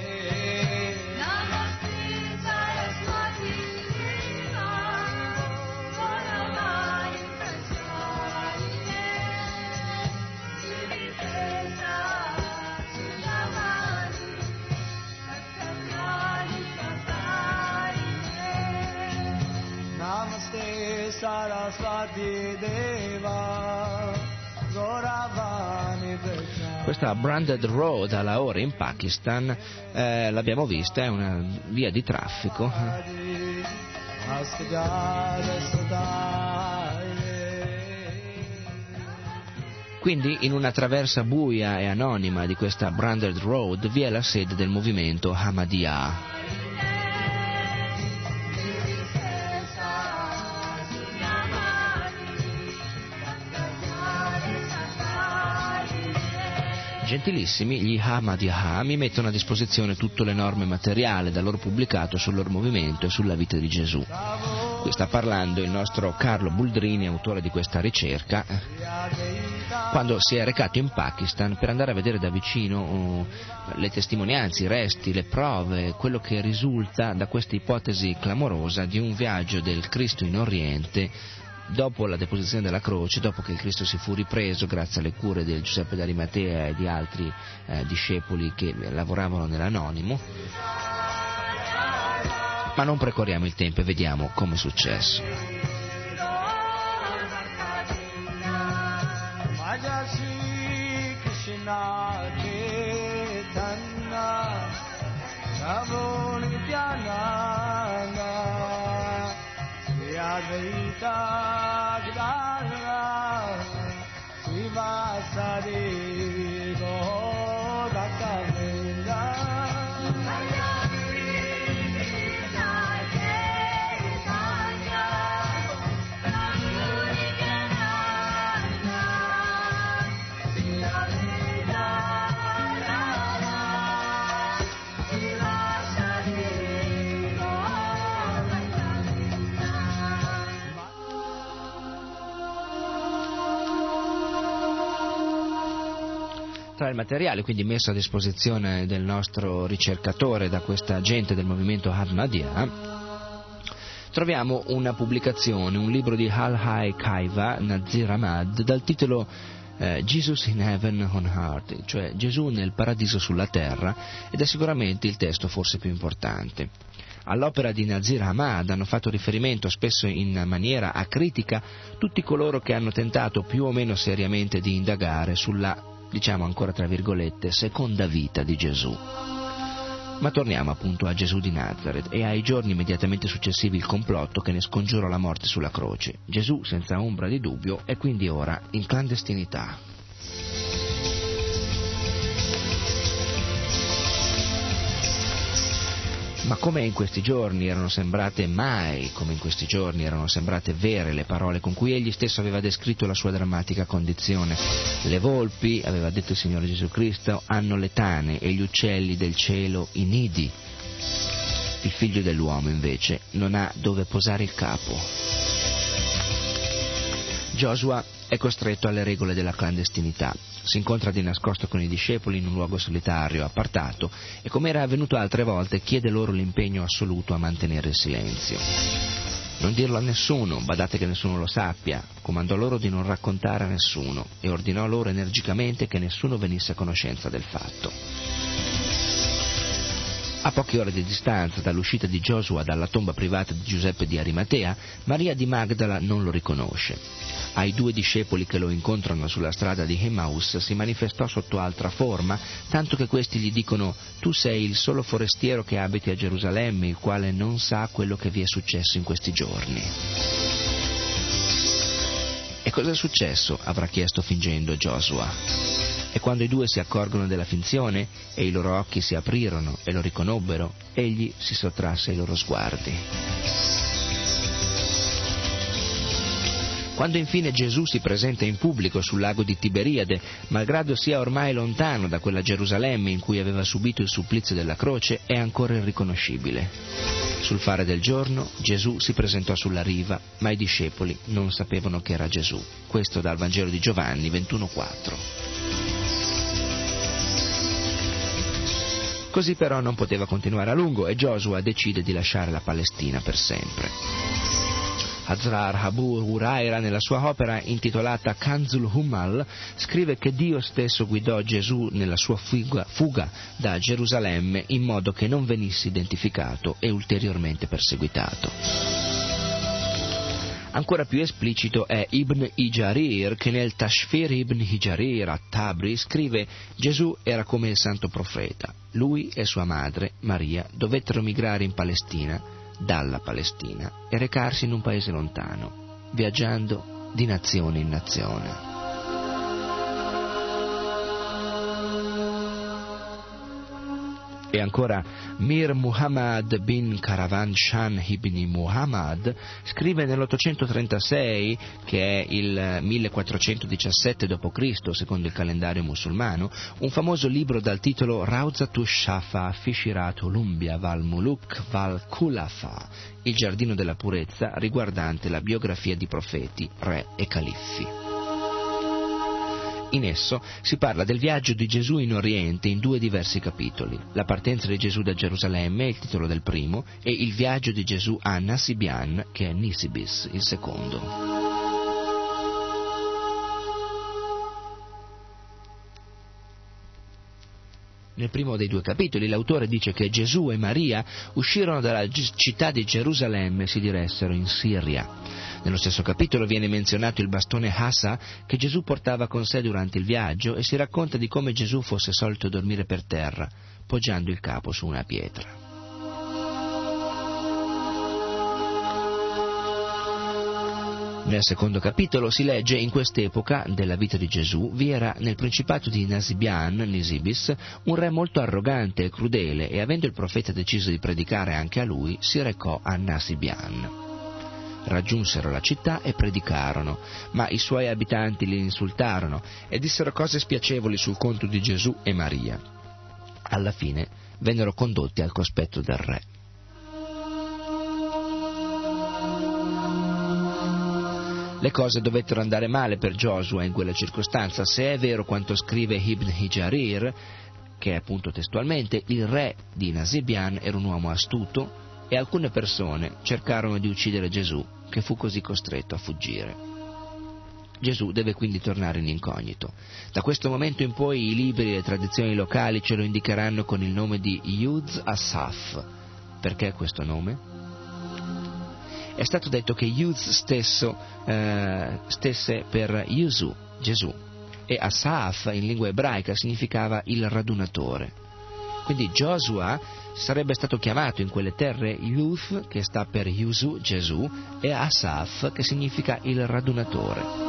S6: Questa Branded Road a Lahore in Pakistan, eh, l'abbiamo vista, è una via di traffico. Quindi in una traversa buia e anonima di questa Branded Road vi è la sede del movimento Ahmadiyya. Gentilissimi, gli Ahmadiyya mi mettono a disposizione tutto l'enorme materiale da loro pubblicato sul loro movimento e sulla vita di Gesù. Qui sta parlando il nostro Carlo Buldrini, autore di questa ricerca, quando si è recato in Pakistan per andare a vedere da vicino uh, le testimonianze, i resti, le prove, quello che risulta da questa ipotesi clamorosa di un viaggio del Cristo in Oriente dopo la deposizione della croce, dopo che il Cristo si fu ripreso grazie alle cure di Giuseppe d'Arimatea e di altri eh, discepoli che lavoravano nell'anonimo. Ma non precorriamo il tempo e vediamo come è successo. Tra il materiale quindi messo a disposizione del nostro ricercatore da questa gente del movimento Ahmadiyya troviamo una pubblicazione, un libro di Al-Hai Kaiva Nazir Ahmad dal titolo eh, Jesus in Heaven on Earth, cioè Gesù nel paradiso sulla terra, ed è sicuramente il testo forse più importante. All'opera di Nazir Ahmad hanno fatto riferimento spesso in maniera acritica tutti coloro che hanno tentato più o meno seriamente di indagare sulla, diciamo ancora tra virgolette, seconda vita di Gesù. Ma torniamo appunto a Gesù di Nazareth e ai giorni immediatamente successivi il complotto che ne scongiurò la morte sulla croce. Gesù, senza ombra di dubbio, è quindi ora in clandestinità. Ma come in questi giorni erano sembrate mai, come in questi giorni erano sembrate vere le parole con cui egli stesso aveva descritto la sua drammatica condizione. Le volpi, aveva detto il Signore Gesù Cristo, hanno le tane e gli uccelli del cielo i nidi. Il figlio dell'uomo invece non ha dove posare il capo. Giosua è costretto alle regole della clandestinità. Si incontra di nascosto con i discepoli in un luogo solitario, appartato, e come era avvenuto altre volte chiede loro l'impegno assoluto a mantenere il silenzio. Non dirlo a nessuno, badate che nessuno lo sappia, comandò loro di non raccontare a nessuno e ordinò loro energicamente che nessuno venisse a conoscenza del fatto. A poche ore di distanza dall'uscita di Giosua dalla tomba privata di Giuseppe di Arimatea, Maria di Magdala non lo riconosce. Ai due discepoli che lo incontrano sulla strada di Emmaus si manifestò sotto altra forma, tanto che questi gli dicono: «Tu sei il solo forestiero che abiti a Gerusalemme, il quale non sa quello che vi è successo in questi giorni». E cosa è successo? Avrà chiesto fingendo Giosua. E quando i due si accorgono della finzione e i loro occhi si aprirono e lo riconobbero, egli si sottrasse ai loro sguardi. Quando infine Gesù si presenta in pubblico sul lago di Tiberiade, malgrado sia ormai lontano da quella Gerusalemme in cui aveva subito il supplizio della croce, è ancora irriconoscibile. Sul fare del giorno Gesù si presentò sulla riva, ma i discepoli non sapevano che era Gesù. Questo dal Vangelo di Giovanni ventuno quattro. Così però non poteva continuare a lungo e Giosua decide di lasciare la Palestina per sempre. Hazrar Abu Huraira, nella sua opera intitolata Kanzul Ummal, scrive che Dio stesso guidò Gesù nella sua fuga, fuga da Gerusalemme in modo che non venisse identificato e ulteriormente perseguitato. Ancora più esplicito è Ibn Hijarir, che nel Tashfir Ibn Hijarir at-Tabri scrive: Gesù era come il santo profeta. Lui e sua madre, Maria, dovettero migrare in Palestina, dalla Palestina, e recarsi in un paese lontano, viaggiando di nazione in nazione. E ancora Mir Muhammad bin Karavan Shan ibn Muhammad scrive nell'ottocentotrentasei, che è il millequattrocentodiciassette dopo Cristo secondo il calendario musulmano, un famoso libro dal titolo Rawzatu Shafa fi Shirat Ulumbia Val Muluk Val Khulafa, il giardino della purezza, riguardante la biografia di profeti, re e califfi. In esso si parla del viaggio di Gesù in Oriente in due diversi capitoli: la partenza di Gesù da Gerusalemme è il titolo del primo e il viaggio di Gesù a Nasibian, che è Nisibis, il secondo. Nel primo dei due capitoli l'autore dice che Gesù e Maria uscirono dalla città di Gerusalemme e si diressero in Siria. Nello stesso capitolo viene menzionato il bastone Hassa che Gesù portava con sé durante il viaggio e si racconta di come Gesù fosse solito dormire per terra, poggiando il capo su una pietra. Nel secondo capitolo si legge: in quest'epoca della vita di Gesù vi era nel principato di Nasibian, Nisibis, un re molto arrogante e crudele, e avendo il profeta deciso di predicare anche a lui, si recò a Nasibian. Raggiunsero la città e predicarono, ma i suoi abitanti li insultarono e dissero cose spiacevoli sul conto di Gesù e Maria. Alla fine vennero condotti al cospetto del re. Le cose dovettero andare male per Giosua in quella circostanza, se è vero quanto scrive Ibn Hijarir, che è appunto testualmente: il re di Nasibian era un uomo astuto e alcune persone cercarono di uccidere Gesù, che fu così costretto a fuggire. Gesù deve quindi tornare in incognito. Da questo momento in poi i libri e le tradizioni locali ce lo indicheranno con il nome di Yud Asaf. Perché questo nome? È stato detto che Yud stesso eh, stesse per Yusu, Gesù, e Asaf in lingua ebraica significava il radunatore. Quindi Giosua sarebbe stato chiamato in quelle terre Youth, che sta per Yusu, Gesù, e Asaf, che significa il radunatore.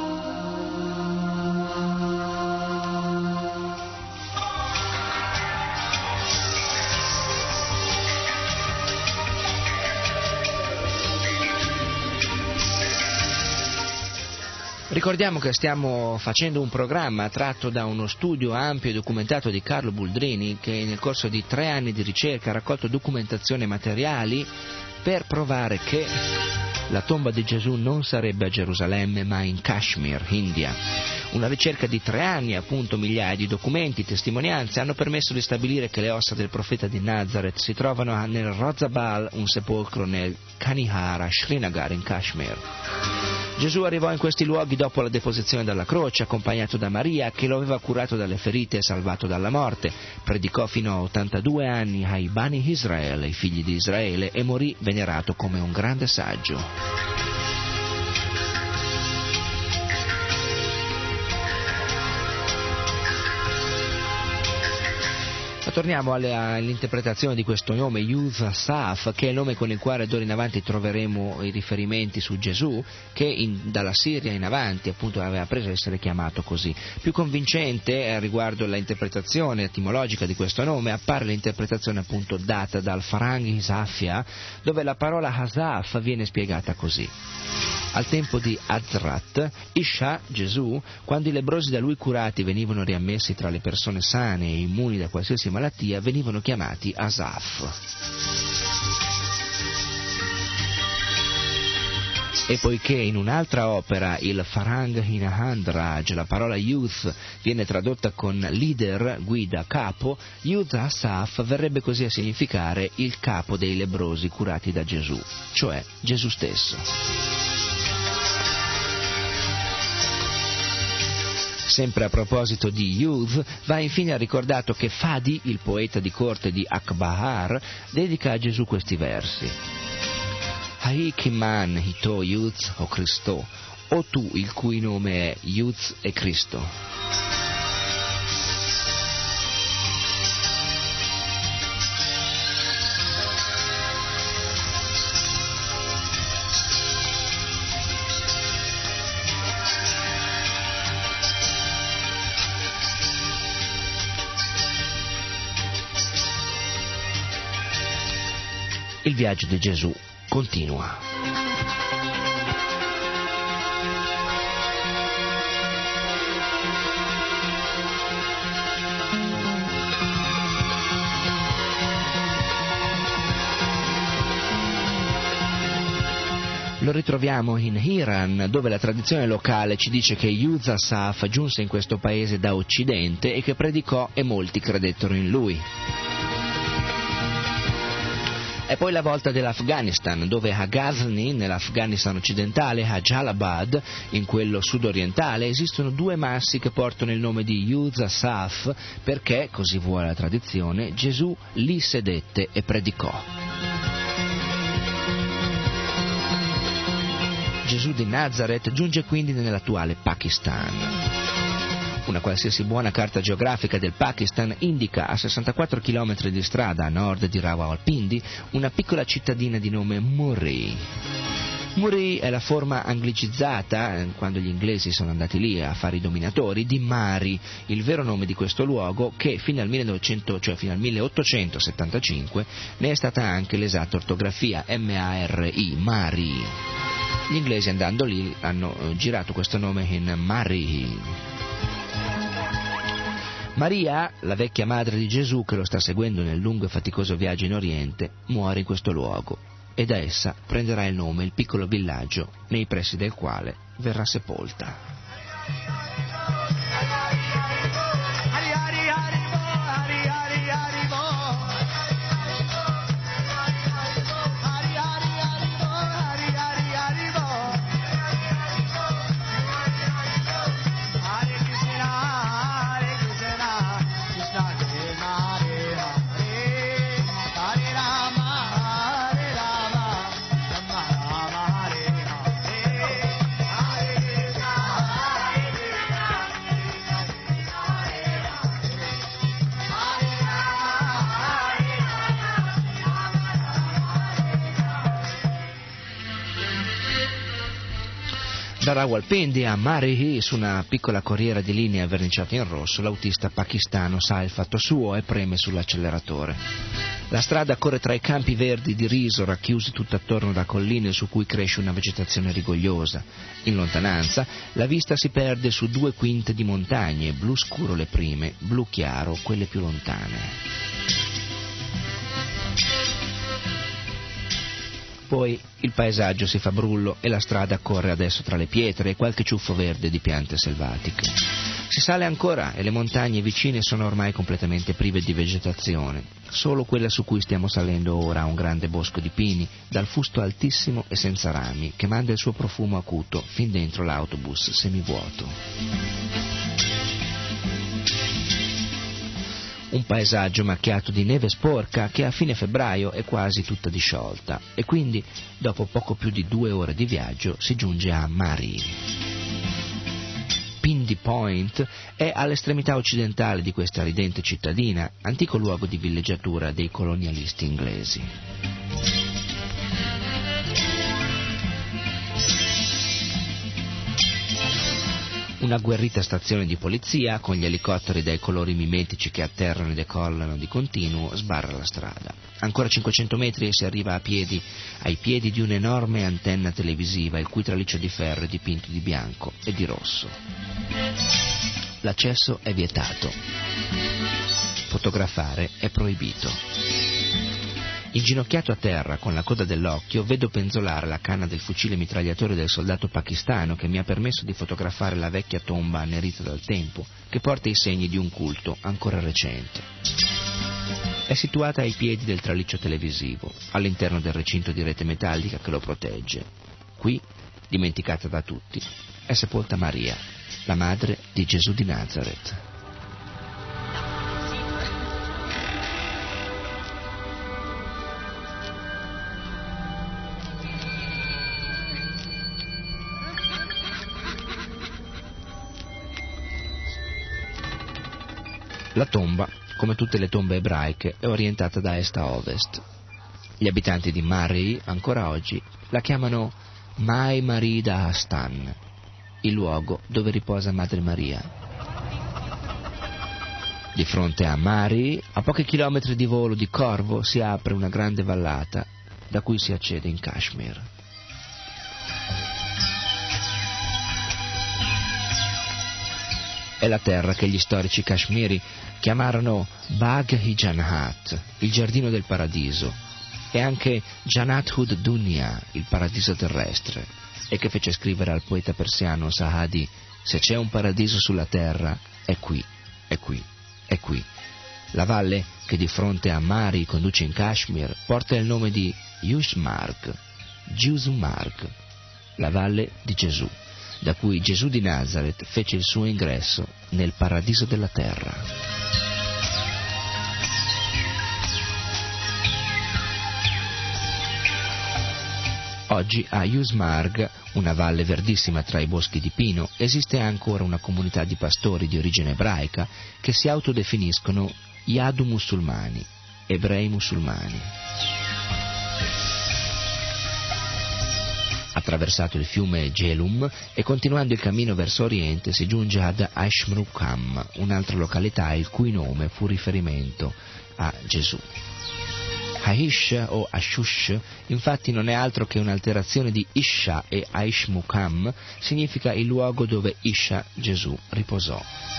S6: Ricordiamo che stiamo facendo un programma tratto da uno studio ampio e documentato di Carlo Buldrini, che nel corso di tre anni di ricerca ha raccolto documentazione e materiali per provare che la tomba di Gesù non sarebbe a Gerusalemme ma in Kashmir, India. Una ricerca di tre anni, appunto, migliaia di documenti, testimonianze hanno permesso di stabilire che le ossa del profeta di Nazareth si trovano nel Rozabal, un sepolcro nel Kanihara, Srinagar, in Kashmir. Gesù arrivò in questi luoghi dopo la deposizione dalla croce, accompagnato da Maria, che lo aveva curato dalle ferite e salvato dalla morte. Predicò fino a ottantadue anni ai Bani Israele, i figli di Israele, e morì venerato come un grande saggio. Torniamo alle, all'interpretazione di questo nome Yud Asaf, che è il nome con il quale d'ora in avanti troveremo i riferimenti su Gesù, che in, dalla Siria in avanti appunto aveva preso a essere chiamato così. Più convincente eh, riguardo l'interpretazione etimologica di questo nome appare l'interpretazione appunto data dal Farang Isafia, dove la parola Asaf viene spiegata così. Al tempo di Azrat, Isha, Gesù, quando i lebbrosi da lui curati venivano riammessi tra le persone sane e immuni da qualsiasi malattia, venivano chiamati Asaf. E poiché in un'altra opera, il Farang Hinahandraj, la parola youth viene tradotta con leader, guida, capo, Yud Asaf verrebbe così a significare il capo dei lebbrosi curati da Gesù, cioè Gesù stesso. Sempre a proposito di Youth, va infine ricordato che Fadi, il poeta di corte di Akbahar, dedica a Gesù questi versi. Hai Kiman Hito Youth o Cristo, o tu il cui nome è Youth e Cristo. Il viaggio di Gesù continua. Lo ritroviamo in Iran, dove la tradizione locale ci dice che Yud Asaf giunse in questo paese da Occidente e che predicò e molti credettero in lui. È poi la volta dell'Afghanistan, dove a Ghazni, nell'Afghanistan occidentale, a Jalalabad, in quello sudorientale, esistono due massi che portano il nome di Yud Asaf perché, così vuole la tradizione, Gesù lì sedette e predicò. Gesù di Nazareth giunge quindi nell'attuale Pakistan. Una qualsiasi buona carta geografica del Pakistan indica a sessantaquattro chilometri di strada a nord di Rawalpindi una piccola cittadina di nome Murree. Murree è la forma anglicizzata, quando gli inglesi sono andati lì a fare i dominatori, di Mari, il vero nome di questo luogo che fino al millenovecento, cioè fino al milleottocentosettantacinque ne è stata anche l'esatta ortografia, M A R I, Mari. Gli inglesi andando lì hanno girato questo nome in Mari. Maria, la vecchia madre di Gesù che lo sta seguendo nel lungo e faticoso viaggio in Oriente, muore in questo luogo e da essa prenderà il nome il piccolo villaggio nei pressi del quale verrà sepolta. Da Rawalpindi a Marhi, su una piccola corriera di linea verniciata in rosso, l'autista pakistano sa il fatto suo e preme sull'acceleratore. La strada corre tra i campi verdi di riso racchiusi tutt'attorno da colline su cui cresce una vegetazione rigogliosa. In lontananza la vista si perde su due quinte di montagne, blu scuro le prime, blu chiaro quelle più lontane. Poi il paesaggio si fa brullo e la strada corre adesso tra le pietre e qualche ciuffo verde di piante selvatiche. Si sale ancora e le montagne vicine sono ormai completamente prive di vegetazione. Solo quella su cui stiamo salendo ora ha un grande bosco di pini, dal fusto altissimo e senza rami, che manda il suo profumo acuto fin dentro l'autobus semivuoto. Un paesaggio macchiato di neve sporca che a fine febbraio è quasi tutta disciolta e quindi, dopo poco più di due ore di viaggio, si giunge a Marhi. Pindi Point è all'estremità occidentale di questa ridente cittadina, antico luogo di villeggiatura dei colonialisti inglesi. Una agguerrita stazione di polizia, con gli elicotteri dai colori mimetici che atterrano e decollano di continuo, sbarra la strada. Ancora cinquecento metri e si arriva a piedi, ai piedi di un'enorme antenna televisiva, il cui traliccio di ferro è dipinto di bianco e di rosso. L'accesso è vietato. Fotografare è proibito. Inginocchiato a terra, con la coda dell'occhio, vedo penzolare la canna del fucile mitragliatore del soldato pakistano che mi ha permesso di fotografare la vecchia tomba annerita dal tempo, che porta i segni di un culto ancora recente. È situata ai piedi del traliccio televisivo, all'interno del recinto di rete metallica che lo protegge. Qui, dimenticata da tutti, è sepolta Maria, la madre di Gesù di Nazareth. La tomba, come tutte le tombe ebraiche, è orientata da est a ovest. Gli abitanti di Marhi, ancora oggi, la chiamano Mai Marida Hastan, il luogo dove riposa Madre Maria. Di fronte a Marhi, a pochi chilometri di volo di corvo, si apre una grande vallata da cui si accede in Kashmir. È la terra che gli storici kashmiri chiamarono Bagh-i-Jannat, il giardino del paradiso, e anche Jannat-ud Dunya, il paradiso terrestre, e che fece scrivere al poeta persiano Sa'adi: se c'è un paradiso sulla terra, è qui, è qui, è qui. La valle che di fronte a Marhi conduce in Kashmir porta il nome di Yushmarg, Giusmarg, la valle di Gesù, da cui Gesù di Nazareth fece il suo ingresso nel paradiso della terra. Oggi a Yushmarg, una valle verdissima tra i boschi di pino, esiste ancora una comunità di pastori di origine ebraica che si autodefiniscono Yadu musulmani, ebrei musulmani. Attraversato il fiume Jhelum e continuando il cammino verso oriente si giunge ad Aishmrukam, un'altra località il cui nome fu riferimento a Gesù. Aish o Ashush infatti non è altro che un'alterazione di Isha, e Aishmukam significa il luogo dove Isha, Gesù, riposò.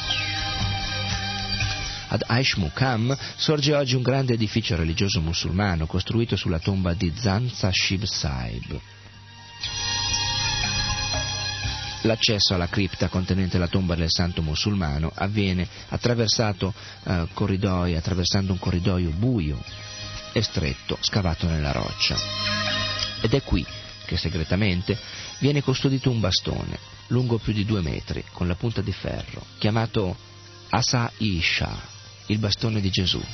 S6: Ad Aishmukam sorge oggi un grande edificio religioso musulmano costruito sulla tomba di Zan Sahib Sahib. L'accesso alla cripta contenente la tomba del santo musulmano avviene attraversato eh, corridoi, attraversando un corridoio buio e stretto scavato nella roccia. Ed è qui che segretamente viene custodito un bastone lungo più di due metri con la punta di ferro, chiamato Asa Isha, il bastone di Gesù.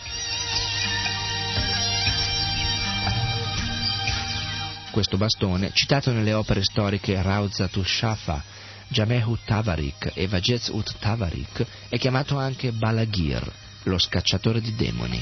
S6: Questo bastone, citato nelle opere storiche Rawzat ul-Shafa, Jameh Tavarik e Vajez ut Tavarik, è chiamato anche Balagir, lo scacciatore di demoni.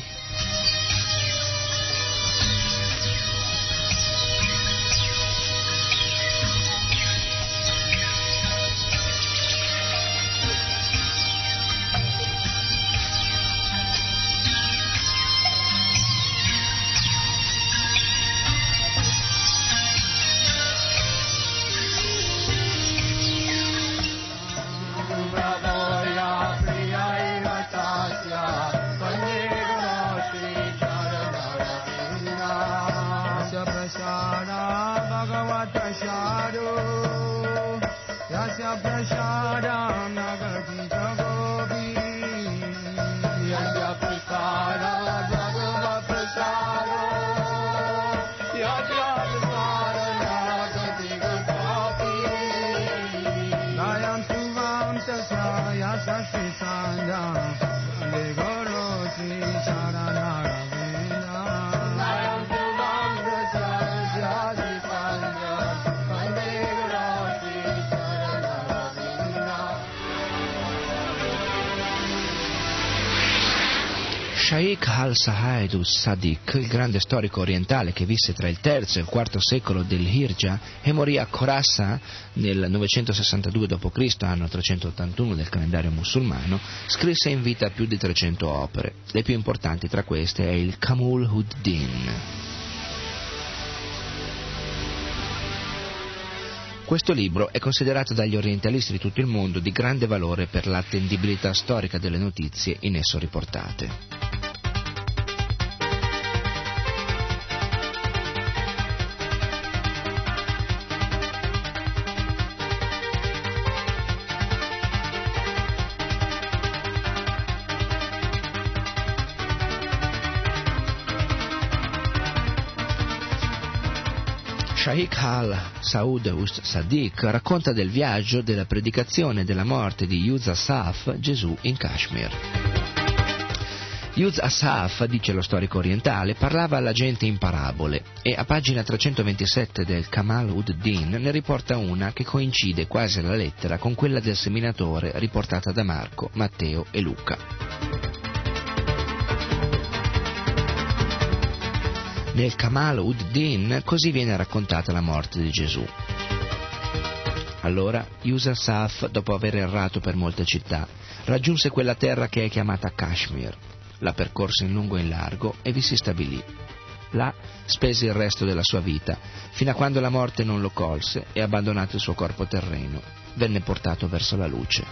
S6: Shaikh al-Sahaidus Sadiq, il grande storico orientale che visse tra il terzo e il quarto secolo dell'Hijra e morì a Khorasan nel novecentosessantadue dopo Cristo, anno trecentottantuno del calendario musulmano, scrisse in vita più di trecento opere. Le più importanti tra queste è il Kamul ud-Din. Questo libro è considerato dagli orientalisti di tutto il mondo di grande valore per l'attendibilità storica delle notizie in esso riportate. Shaikh al-Saud Sadiq racconta del viaggio, della predicazione e della morte di Yuz Asaf, Gesù, in Kashmir. Yuz Asaf, dice lo storico orientale, parlava alla gente in parabole e a pagina trecentoventisette del Kamal ud-Din ne riporta una che coincide quasi alla lettera con quella del seminatore riportata da Marco, Matteo e Luca. Nel Kamal ud-Din così viene raccontata la morte di Gesù. Allora Yuz Asaf, dopo aver errato per molte città, raggiunse quella terra che è chiamata Kashmir, la percorse in lungo e in largo e vi si stabilì. Là spese il resto della sua vita, fino a quando la morte non lo colse e, abbandonato il suo corpo terreno, venne portato verso la luce.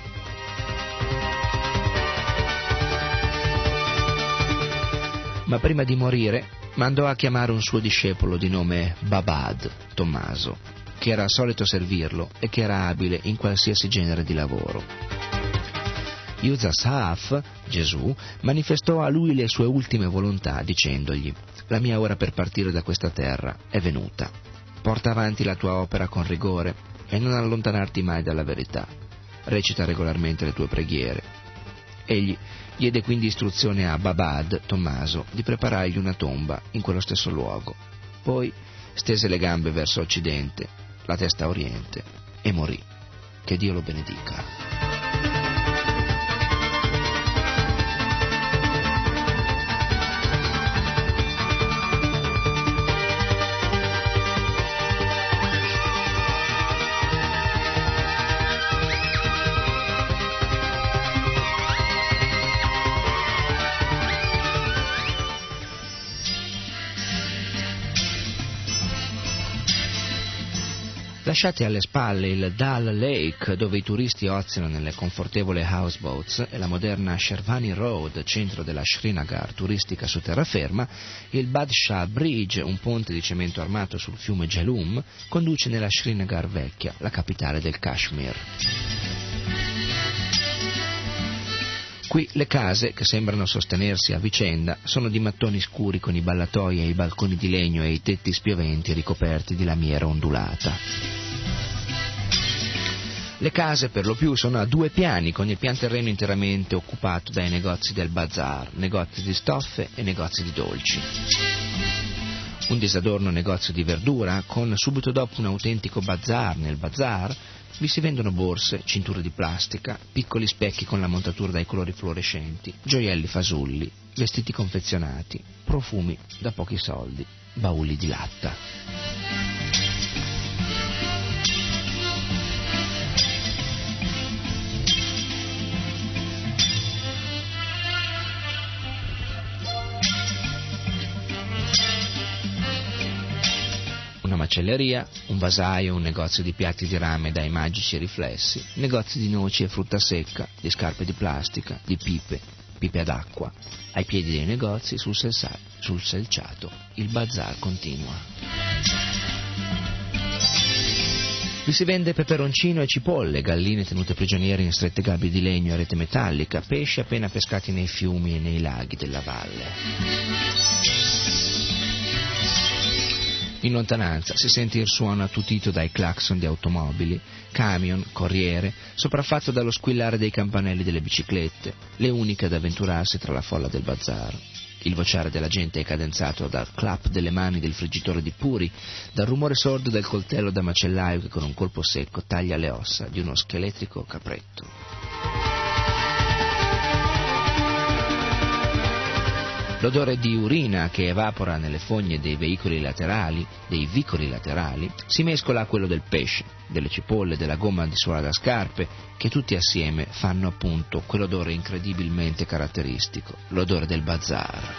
S6: Ma prima di morire mandò a chiamare un suo discepolo di nome Babad, Tommaso, che era solito servirlo e che era abile in qualsiasi genere di lavoro. Yuz Asaf, Gesù, manifestò a lui le sue ultime volontà dicendogli: «La mia ora per partire da questa terra è venuta. Porta avanti la tua opera con rigore e non allontanarti mai dalla verità. Recita regolarmente le tue preghiere». Egli diede quindi istruzione a Babad, Tommaso, di preparargli una tomba in quello stesso luogo. Poi stese le gambe verso occidente, la testa a oriente e morì. Che Dio lo benedica. Lasciati alle spalle il Dal Lake, dove i turisti oziano nelle confortevoli houseboats, e la moderna Sherwani Road, centro della Srinagar turistica su terraferma, il Badshah Bridge, un ponte di cemento armato sul fiume Jhelum, conduce nella Srinagar vecchia, la capitale del Kashmir. Qui le case, che sembrano sostenersi a vicenda, sono di mattoni scuri con i ballatoi e i balconi di legno e i tetti spioventi ricoperti di lamiera ondulata. Le case per lo più sono a due piani, con il pian terreno interamente occupato dai negozi del bazar, negozi di stoffe e negozi di dolci. Un disadorno negozio di verdura, con subito dopo un autentico bazar. Nel bazar vi si vendono borse, cinture di plastica, piccoli specchi con la montatura dai colori fluorescenti, gioielli fasulli, vestiti confezionati, profumi da pochi soldi, bauli di latta. Una macelleria, un vasaio, un negozio di piatti di rame dai magici riflessi, negozi di noci e frutta secca, di scarpe di plastica, di pipe, pipe ad acqua. Ai piedi dei negozi, sul, selsa- sul selciato, il bazar continua. Vi si vende peperoncino e cipolle, galline tenute prigioniere in strette gabbie di legno a rete metallica, pesci appena pescati nei fiumi e nei laghi della valle. In lontananza si sente il suono attutito dai clacson di automobili, camion, corriere, sopraffatto dallo squillare dei campanelli delle biciclette, le uniche ad avventurarsi tra la folla del bazar. Il vociare della gente è cadenzato dal clap delle mani del friggitore di puri, dal rumore sordo del coltello da macellaio che con un colpo secco taglia le ossa di uno scheletrico capretto. L'odore di urina che evapora nelle fogne dei veicoli laterali, dei vicoli laterali, si mescola a quello del pesce, delle cipolle, della gomma di suola da scarpe, che tutti assieme fanno appunto quell'odore incredibilmente caratteristico, l'odore del bazar.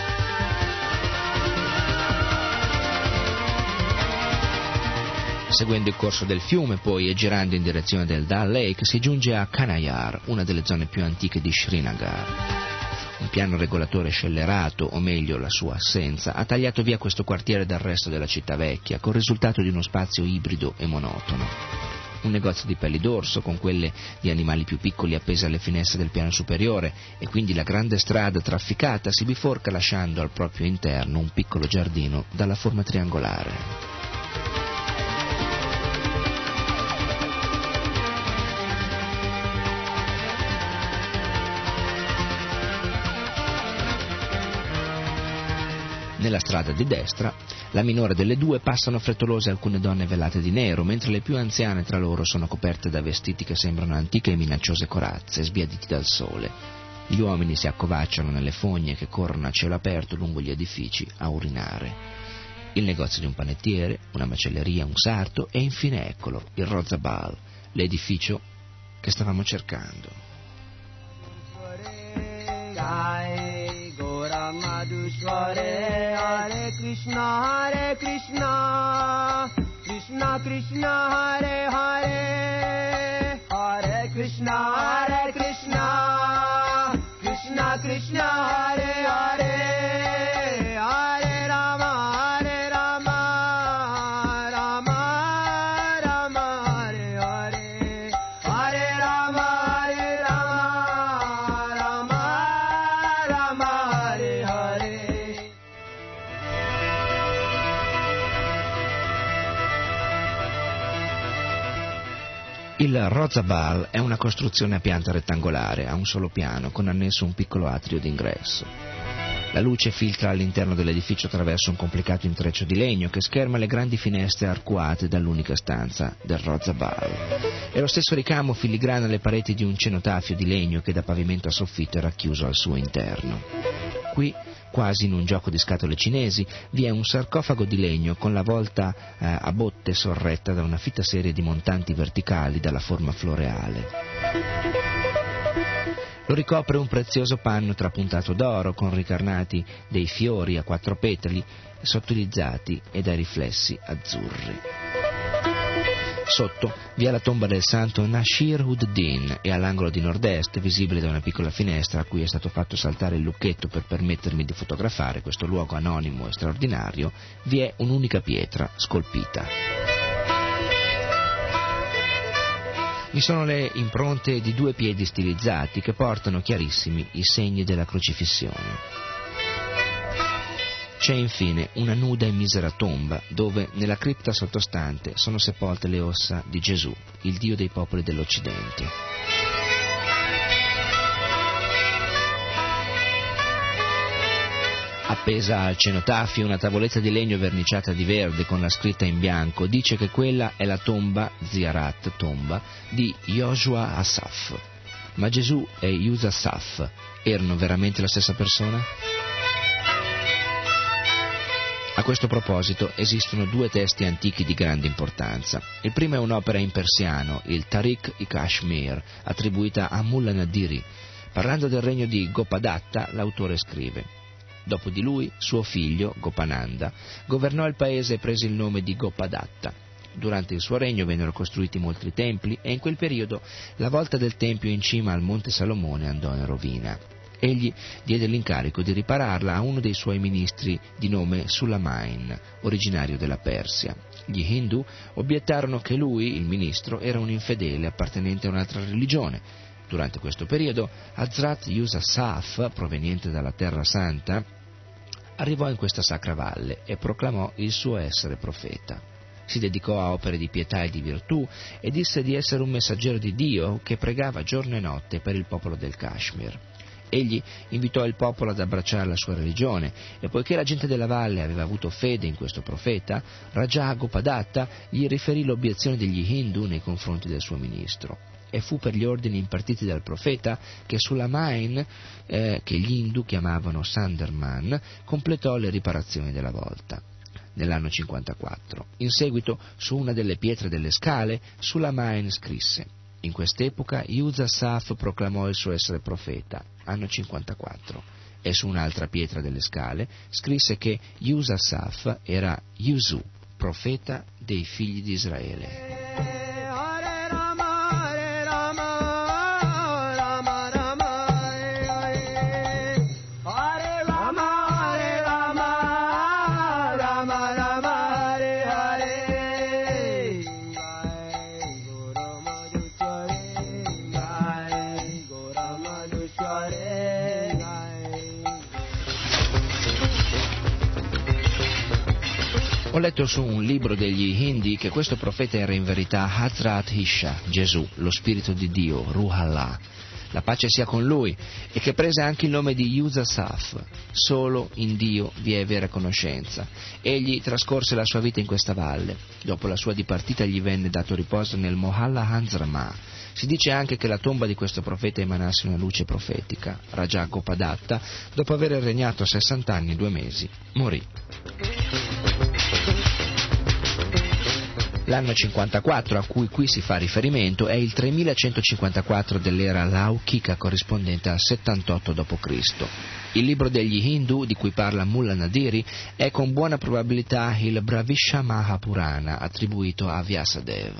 S6: Seguendo il corso del fiume, poi, e girando in direzione del Dal Lake, si giunge a Kanayar, una delle zone più antiche di Srinagar. Un piano regolatore scellerato, o meglio la sua assenza, ha tagliato via questo quartiere dal resto della città vecchia, col risultato di uno spazio ibrido e monotono. Un negozio di pelli d'orso, con quelle di animali più piccoli appese alle finestre del piano superiore, e quindi la grande strada trafficata si biforca lasciando al proprio interno un piccolo giardino dalla forma triangolare. Nella strada di destra, la minore delle due, passano frettolose alcune donne velate di nero, mentre le più anziane tra loro sono coperte da vestiti che sembrano antiche e minacciose corazze, sbiaditi dal sole. Gli uomini si accovacciano nelle fogne che corrono a cielo aperto lungo gli edifici a urinare. Il negozio di un panettiere, una macelleria, un sarto e infine eccolo, il Rozabal, l'edificio che stavamo cercando.
S7: Madhusware, Hare Krishna, Hare Krishna, Krishna Krishna, Hare Hare, Hare Krishna, Hare Krishna, Krishna Krishna, Hare Hare, Hare Rama, Hare Rama, Rama Rama, Hare Hare, Hare Rama, Hare Rama, Rama Rama, Hare Hare.
S6: Il Rozabal è una costruzione a pianta rettangolare, a un solo piano, con annesso un piccolo atrio d'ingresso. La luce filtra all'interno dell'edificio attraverso un complicato intreccio di legno che scherma le grandi finestre arcuate dall'unica stanza del Rozabal. E lo stesso ricamo filigrana le pareti di un cenotafio di legno che da pavimento a soffitto è racchiuso al suo interno. Qui, quasi in un gioco di scatole cinesi, vi è un sarcofago di legno con la volta eh, a botte sorretta da una fitta serie di montanti verticali dalla forma floreale. Lo ricopre un prezioso panno trapuntato d'oro con ricarnati dei fiori a quattro petali sottilizzati e dai riflessi azzurri. Sotto vi è la tomba del santo Nasir-ud-Din e all'angolo di nord-est, visibile da una piccola finestra a cui è stato fatto saltare il lucchetto per permettermi di fotografare questo luogo anonimo e straordinario, vi è un'unica pietra scolpita. Vi sono le impronte di due piedi stilizzati che portano chiarissimi i segni della crocifissione. C'è infine una nuda e misera tomba dove nella cripta sottostante sono sepolte le ossa di Gesù, il Dio dei popoli dell'Occidente. Appesa al cenotafio una tavoletta di legno verniciata di verde con la scritta in bianco dice che quella è la tomba, Ziarat tomba, di Yoshua Asaf. Ma Gesù e Yusasaf erano veramente la stessa persona? A questo proposito esistono due testi antichi di grande importanza. Il primo è un'opera in persiano, il Tariq-i-Kashmir, attribuita a Mullah Nadiri. Parlando del regno di Gopadatta, l'autore scrive: dopo di lui, suo figlio, Gopananda, governò il paese e prese il nome di Gopadatta. Durante il suo regno vennero costruiti molti templi e in quel periodo la volta del tempio in cima al Monte Salomone andò in rovina. Egli diede l'incarico di ripararla a uno dei suoi ministri di nome Sulaiman, originario della Persia. Gli Hindu obiettarono che lui, il ministro, era un infedele appartenente a un'altra religione. Durante questo periodo, Hazrat Yusuf, proveniente dalla Terra Santa, arrivò in questa sacra valle e proclamò il suo essere profeta. Si dedicò a opere di pietà e di virtù e disse di essere un messaggero di Dio che pregava giorno e notte per il popolo del Kashmir. Egli invitò il popolo ad abbracciare la sua religione e poiché la gente della valle aveva avuto fede in questo profeta, Raja Gopadatta gli riferì l'obiezione degli Hindu nei confronti del suo ministro. E fu per gli ordini impartiti dal profeta che Sulaiman, eh, che gli Hindu chiamavano Sanderman, completò le riparazioni della volta. Nell'anno cinquantaquattro. In seguito, su una delle pietre delle scale, Sulaiman scrisse: in quest'epoca Yusuf proclamò il suo essere profeta, anno cinquantaquattro, e su un'altra pietra delle scale scrisse che Yusuf era Yusu, profeta dei figli di Israele. Ho letto su un libro degli Hindi che questo profeta era in verità Hazrat Isha, Gesù, lo spirito di Dio, Ruh Allah, la pace sia con lui, e che prese anche il nome di Yusuf. Solo in Dio vi è vera conoscenza. Egli trascorse la sua vita in questa valle. Dopo la sua dipartita gli venne dato riposo nel Mohalla Hanzrama. Si dice anche che la tomba di questo profeta emanasse una luce profetica. Raja Gopadatta, dopo aver regnato sessanta anni e due mesi, morì. L'anno cinquantaquattro a cui qui si fa riferimento è il tremilacentocinquantaquattro dell'era Laukika, corrispondente al settantotto dopo Cristo Il libro degli Hindu, di cui parla Mullah Nadiri, è con buona probabilità il Bravishamaha Purana, attribuito a Vyasadeva.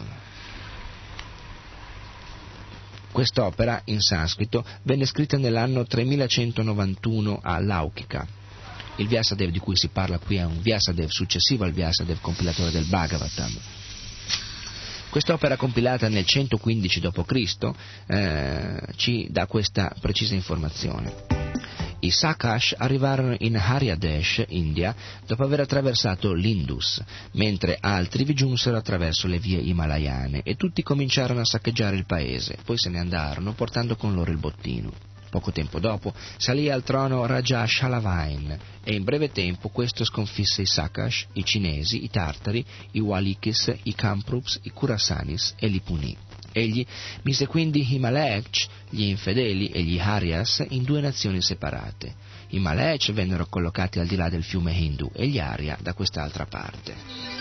S6: Quest'opera, in sanscrito, venne scritta nell'anno tremilacentonovantuno a Laukika. Il Vyasadeva di cui si parla qui è un Vyasadeva successivo al Vyasadeva compilatore del Bhagavatam. Quest'opera, compilata nel centoquindici dopo Cristo, eh, ci dà questa precisa informazione. I Sakash arrivarono in Haryadesh, India, dopo aver attraversato l'Indus, mentre altri vi giunsero attraverso le vie himalayane e tutti cominciarono a saccheggiare il paese, poi se ne andarono portando con loro il bottino. Poco tempo dopo salì al trono Raja Shalavain e in breve tempo questo sconfisse i Sakash, i cinesi, i tartari, i Walikis, i Kamprups, i Kurasanis e li punì. Egli mise quindi i Malech, gli infedeli, e gli Aryas in due nazioni separate. I Malech vennero collocati al di là del fiume Hindu e gli Arya da quest'altra parte.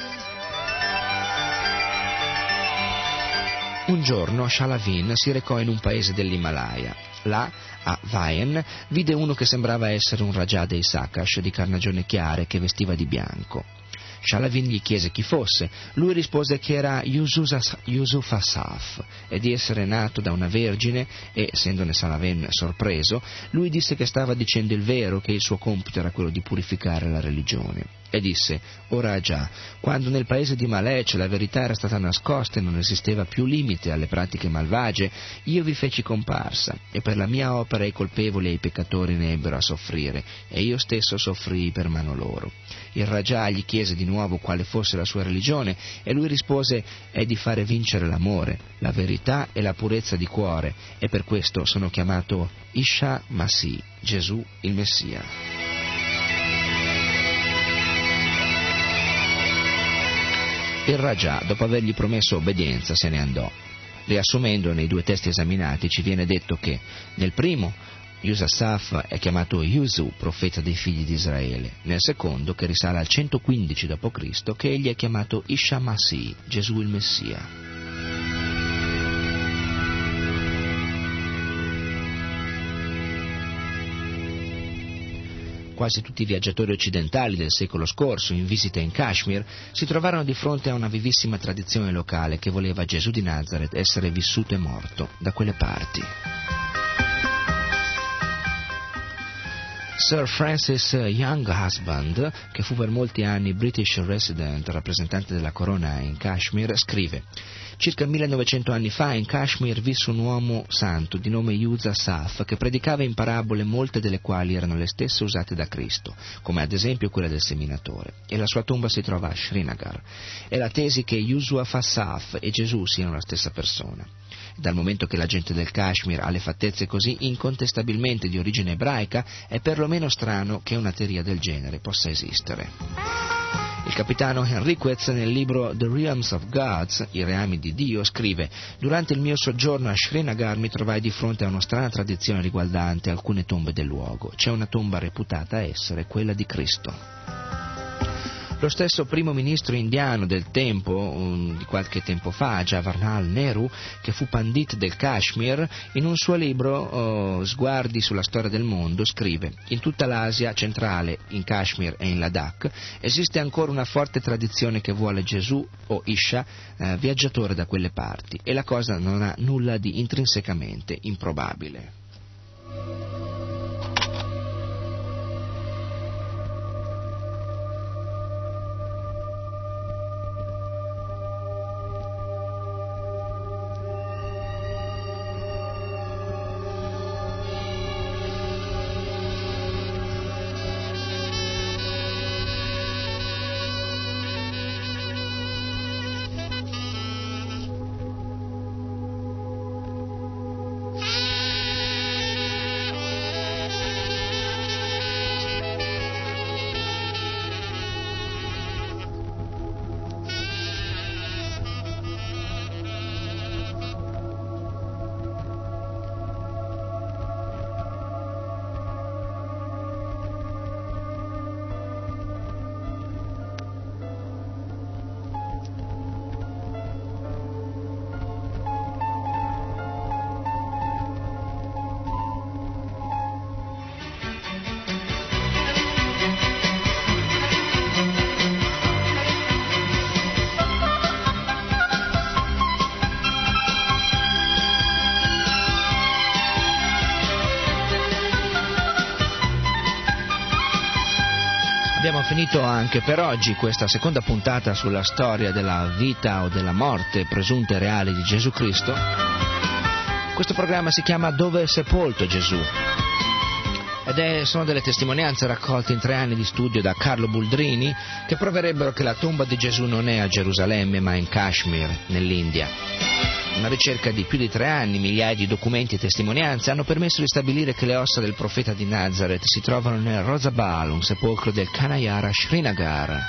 S6: Un giorno Shalavin si recò in un paese dell'Himalaya. Là, a Vaien, vide uno che sembrava essere un Raja dei Sakash di carnagione chiare che vestiva di bianco. Shalavin gli chiese chi fosse. Lui rispose che era Yusuf Asaf e di essere nato da una vergine e, essendone Shalavin sorpreso, lui disse che stava dicendo il vero, che il suo compito era quello di purificare la religione. E disse: ora già, quando nel paese di Malech la verità era stata nascosta e non esisteva più limite alle pratiche malvagie, io vi feci comparsa, e per la mia opera i colpevoli e i peccatori ne ebbero a soffrire, e io stesso soffrii per mano loro. Il Raja gli chiese di nuovo quale fosse la sua religione, e lui rispose: è di fare vincere l'amore, la verità e la purezza di cuore, e per questo sono chiamato Isha Masih, Gesù il Messia. Il Raja, dopo avergli promesso obbedienza, se ne andò. Riassumendo, nei due testi esaminati ci viene detto che nel primo Yusuf è chiamato Yusu, profeta dei figli di Israele, nel secondo, che risale al centoquindici dopo Cristo, che egli è chiamato Isha Masih, Gesù il Messia. Quasi tutti i viaggiatori occidentali del secolo scorso, in visita in Kashmir, si trovarono di fronte a una vivissima tradizione locale che voleva Gesù di Nazareth essere vissuto e morto da quelle parti. Sir Francis Younghusband, che fu per molti anni British Resident, rappresentante della corona in Kashmir, scrive: circa millenovecento anni fa in Kashmir visse un uomo santo di nome Yuz Asaf che predicava in parabole, molte delle quali erano le stesse usate da Cristo, come ad esempio quella del seminatore, e la sua tomba si trova a Srinagar. È la tesi che Yusuf Asaf e Gesù siano la stessa persona. Dal momento che la gente del Kashmir ha le fattezze così incontestabilmente di origine ebraica, è perlomeno strano che una teoria del genere possa esistere. Il capitano Henriquez, nel libro The Realms of Gods, i reami di Dio, scrive: durante il mio soggiorno a Srinagar mi trovai di fronte a una strana tradizione riguardante alcune tombe del luogo. C'è una tomba reputata essere quella di Cristo. Lo stesso primo ministro indiano del tempo, um, di qualche tempo fa, Jawaharlal Nehru, che fu pandit del Kashmir, in un suo libro uh, Sguardi sulla storia del mondo, scrive: in tutta l'Asia centrale, in Kashmir e in Ladakh, esiste ancora una forte tradizione che vuole Gesù o Isha uh, viaggiatore da quelle parti, e la cosa non ha nulla di intrinsecamente improbabile. Abbiamo finito anche per oggi questa seconda puntata sulla storia della vita o della morte presunta e reale di Gesù Cristo. Questo programma si chiama Dove è sepolto Gesù? Ed è, sono delle testimonianze raccolte in tre anni di studio da Carlo Buldrini, che proverebbero che la tomba di Gesù non è a Gerusalemme ma in Kashmir, nell'India. Una ricerca di più di tre anni, migliaia di documenti e testimonianze hanno permesso di stabilire che le ossa del profeta di Nazareth si trovano nel Rozabal, un sepolcro del Kanayara Srinagar.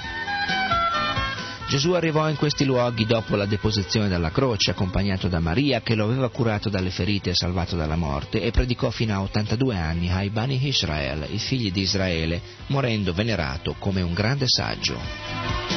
S6: Gesù arrivò in questi luoghi dopo la deposizione dalla croce, accompagnato da Maria, che lo aveva curato dalle ferite e salvato dalla morte, e predicò fino a ottantadue anni ai Bani Israel, i figli di Israele, morendo venerato come un grande saggio.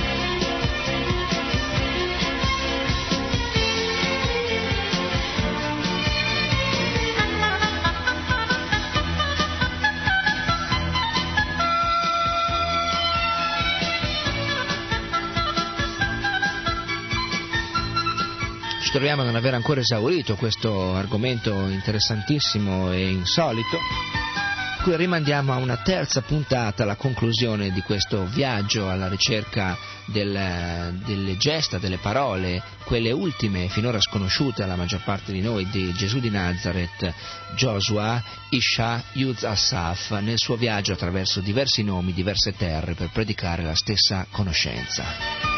S6: Ci troviamo a non aver ancora esaurito questo argomento interessantissimo e insolito, qui rimandiamo a una terza puntata, la conclusione di questo viaggio alla ricerca del, delle gesta, delle parole, quelle ultime finora sconosciute alla maggior parte di noi, di Gesù di Nazareth, Joshua, Isha, Yuz Asaf, nel suo viaggio attraverso diversi nomi, diverse terre, per predicare la stessa conoscenza.